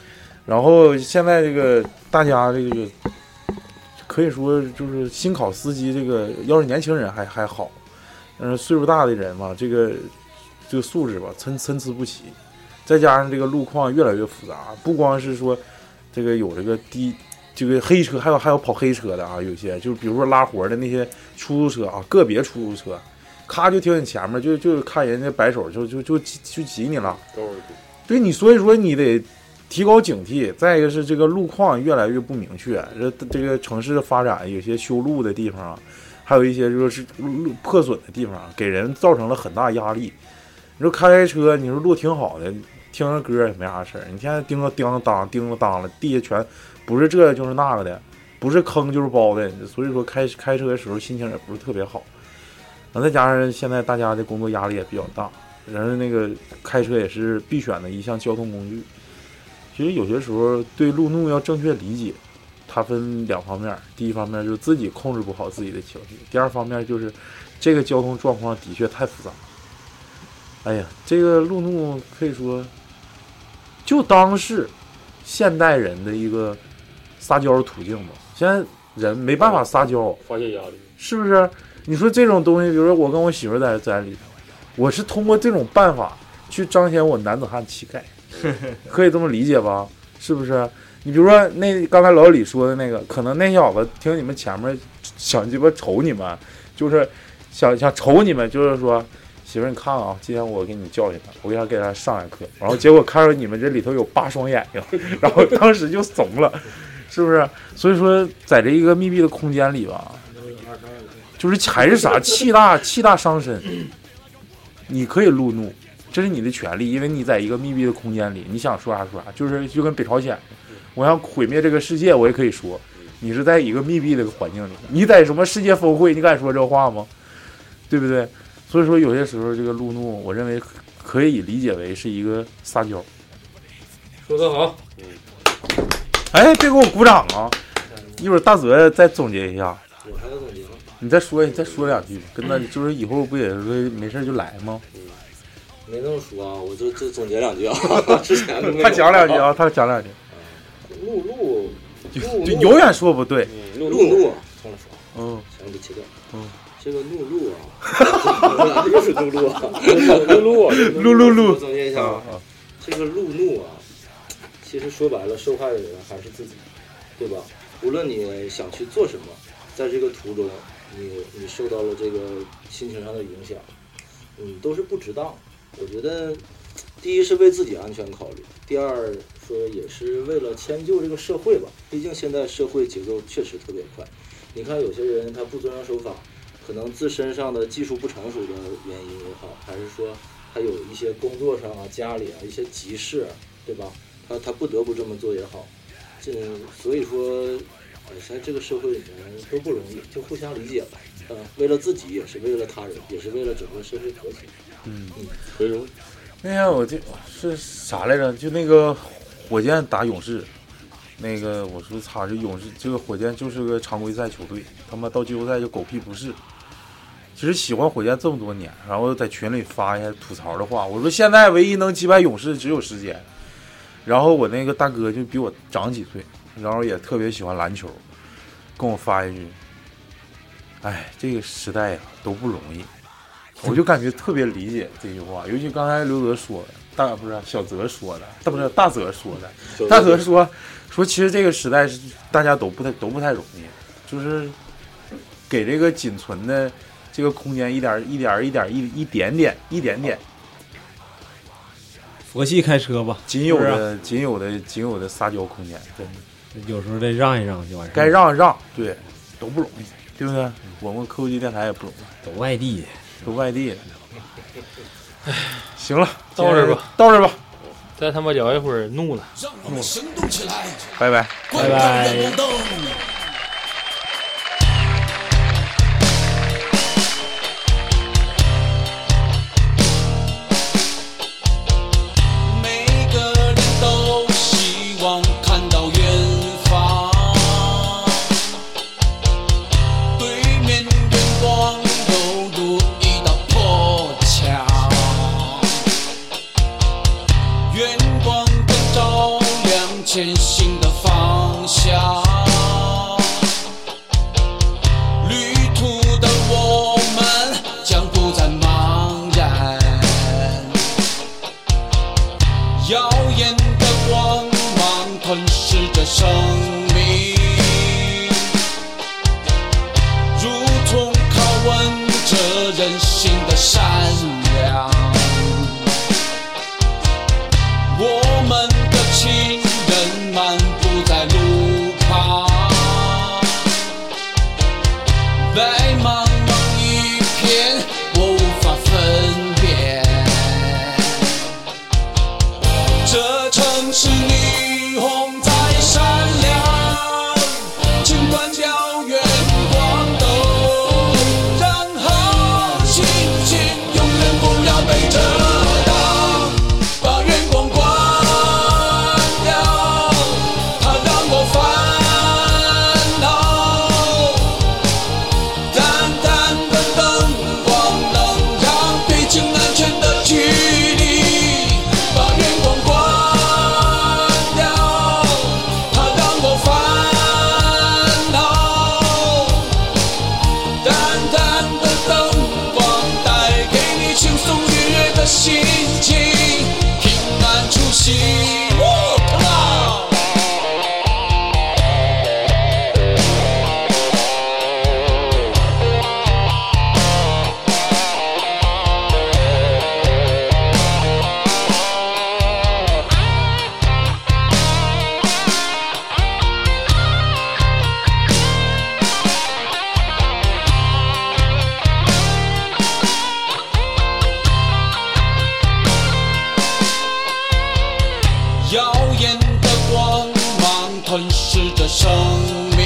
然后现在这个大家这个可以说就是新考司机，这个要是年轻人还还好，嗯，岁数大的人嘛，这个这个素质吧参参差不齐，再加上这个路况越来越复杂，不光是说这个有这个低这个黑车，还有还有跑黑车的啊，有些就比如说拉活的那些出租车啊，个别出租车，咔就停你前面，就就看人家摆手就就就就挤你了，对你，所以说你得提高警惕。再一个是这个路况越来越不明确，这这个城市的发展有些修路的地方啊，还有一些就是路破损的地方，给人造成了很大压力。你说开开车，你说路挺好的，听着歌也没啥事儿，你现在叮了叮了当叮了当了，地下全不是这就是那个的，不是坑就是包的，所以说开开车的时候心情也不是特别好。然后再加上现在大家的工作压力也比较大，然后那个开车也是必选的一项交通工具。其实有些时候对路怒要正确理解，它分两方面，第一方面就是自己控制不好自己的情绪，第二方面就是这个交通状况的确太复杂。哎呀，这个路怒可以说就当是现代人的一个撒娇途径吧。现在人没办法撒娇， 发泄压力， 是不是？你说这种东西，比如说我跟我媳妇在在里头，我是通过这种办法去彰显我男子汉气概，可以这么理解吧？是不是？你比如说那刚才老李说的那个，可能那小子听你们前面想鸡巴瞅你们，就是想想瞅你们，就是说媳妇儿你看啊，今天我给你教训他，我给他给他上两课，然后结果看到你们这里头有八双眼睛，然后当时就怂了，是不是？所以说在这一个密闭的空间里吧，就是还是啥气大气大伤身，你可以路怒，这是你的权利，因为你在一个密闭的空间里，你想说啥说啥，就是就跟北朝鲜，我想毁灭这个世界，我也可以说，你是在一个密闭的环境里，你在什么世界峰会，你敢说这话吗？对不对？所以说有些时候这个路怒，我认为可以理解为是一个撒娇。 说得好， 哎，别给我鼓掌啊！一会儿大泽再总结一下。 我还要总结吗？ 你再说，你再说两句，跟他就是以后不也是没事就来吗？ 嗯，没那么说啊，我就就总结两句啊。之前他讲两句啊，他讲两句。 路路就永远说不对。 路怒，重了说。 嗯， 全部切掉。 嗯， 这个怒路啊，又是怒路啊， 路路啊， 路路路。 总结一下啊，这个路怒啊，其实说白了，受害的人还是自己，对吧？无论你想去做什么，在这个途中，你你受到了这个心情上的影响，嗯，都是不值当。我觉得，第一是为自己安全考虑，第二说也是为了迁就这个社会吧。毕竟现在社会节奏确实特别快。你看有些人他不遵守守法，可能自身上的技术不成熟的原因也好，还是说他有一些工作上啊、家里啊一些急事，对吧？他他不得不这么做也好。这所以说，呃，在这个社会里面都不容易，就互相理解吧。嗯、呃，为了自己，也是为了他人，也是为了整个社会和谐。 嗯嗯， 回容。 那天我就是啥来着？就那个火箭打勇士，那个我说操，这勇士这个火箭就是个常规赛球队，他妈到季后赛就狗屁不是。其实喜欢火箭这么多年，然后在群里发一下吐槽的话，我说现在唯一能击败勇士只有时间。然后我那个大哥就比我长几岁，然后也特别喜欢篮球，跟我发一句：“哎，这个时代呀、啊、都不容易。”我就感觉特别理解这句话，尤其刚才刘泽说的，大不是小泽说的，大不是大泽说的，大泽说说其实这个时代是大家都不太都不太容易，就是给这个仅存的这个空间一点一点一点一一点点一点点。 佛系开车吧， 仅有的、 啊、 仅有的仅有的撒娇空间，对， 有时候得让一让就完事， 该让让，对，都不容易，对不对？我们科技电台也不容易， 都外地， 都外地。哎，行了， 到这儿吧， 到这儿吧， 再他妈聊一会儿，怒了， 怒了，行动起来， 拜拜， 拜拜。 远光灯照亮前行的方向。旅途的我们将不再茫然，耀眼的光芒吞噬着生命，如同拷问着人性的善良。我们的亲人漫步在路旁，在茫茫一片，我无法分辨。这城市霓虹在闪亮，请关掉远光灯，然后轻轻永远不要被遮挡，把远光关掉，它让我烦恼。淡淡的灯光能让北京安全的距离，把远光关掉，它让我烦恼。淡淡的灯光带给你轻松愉悦的心情，平安出行。耀眼的光芒吞噬着生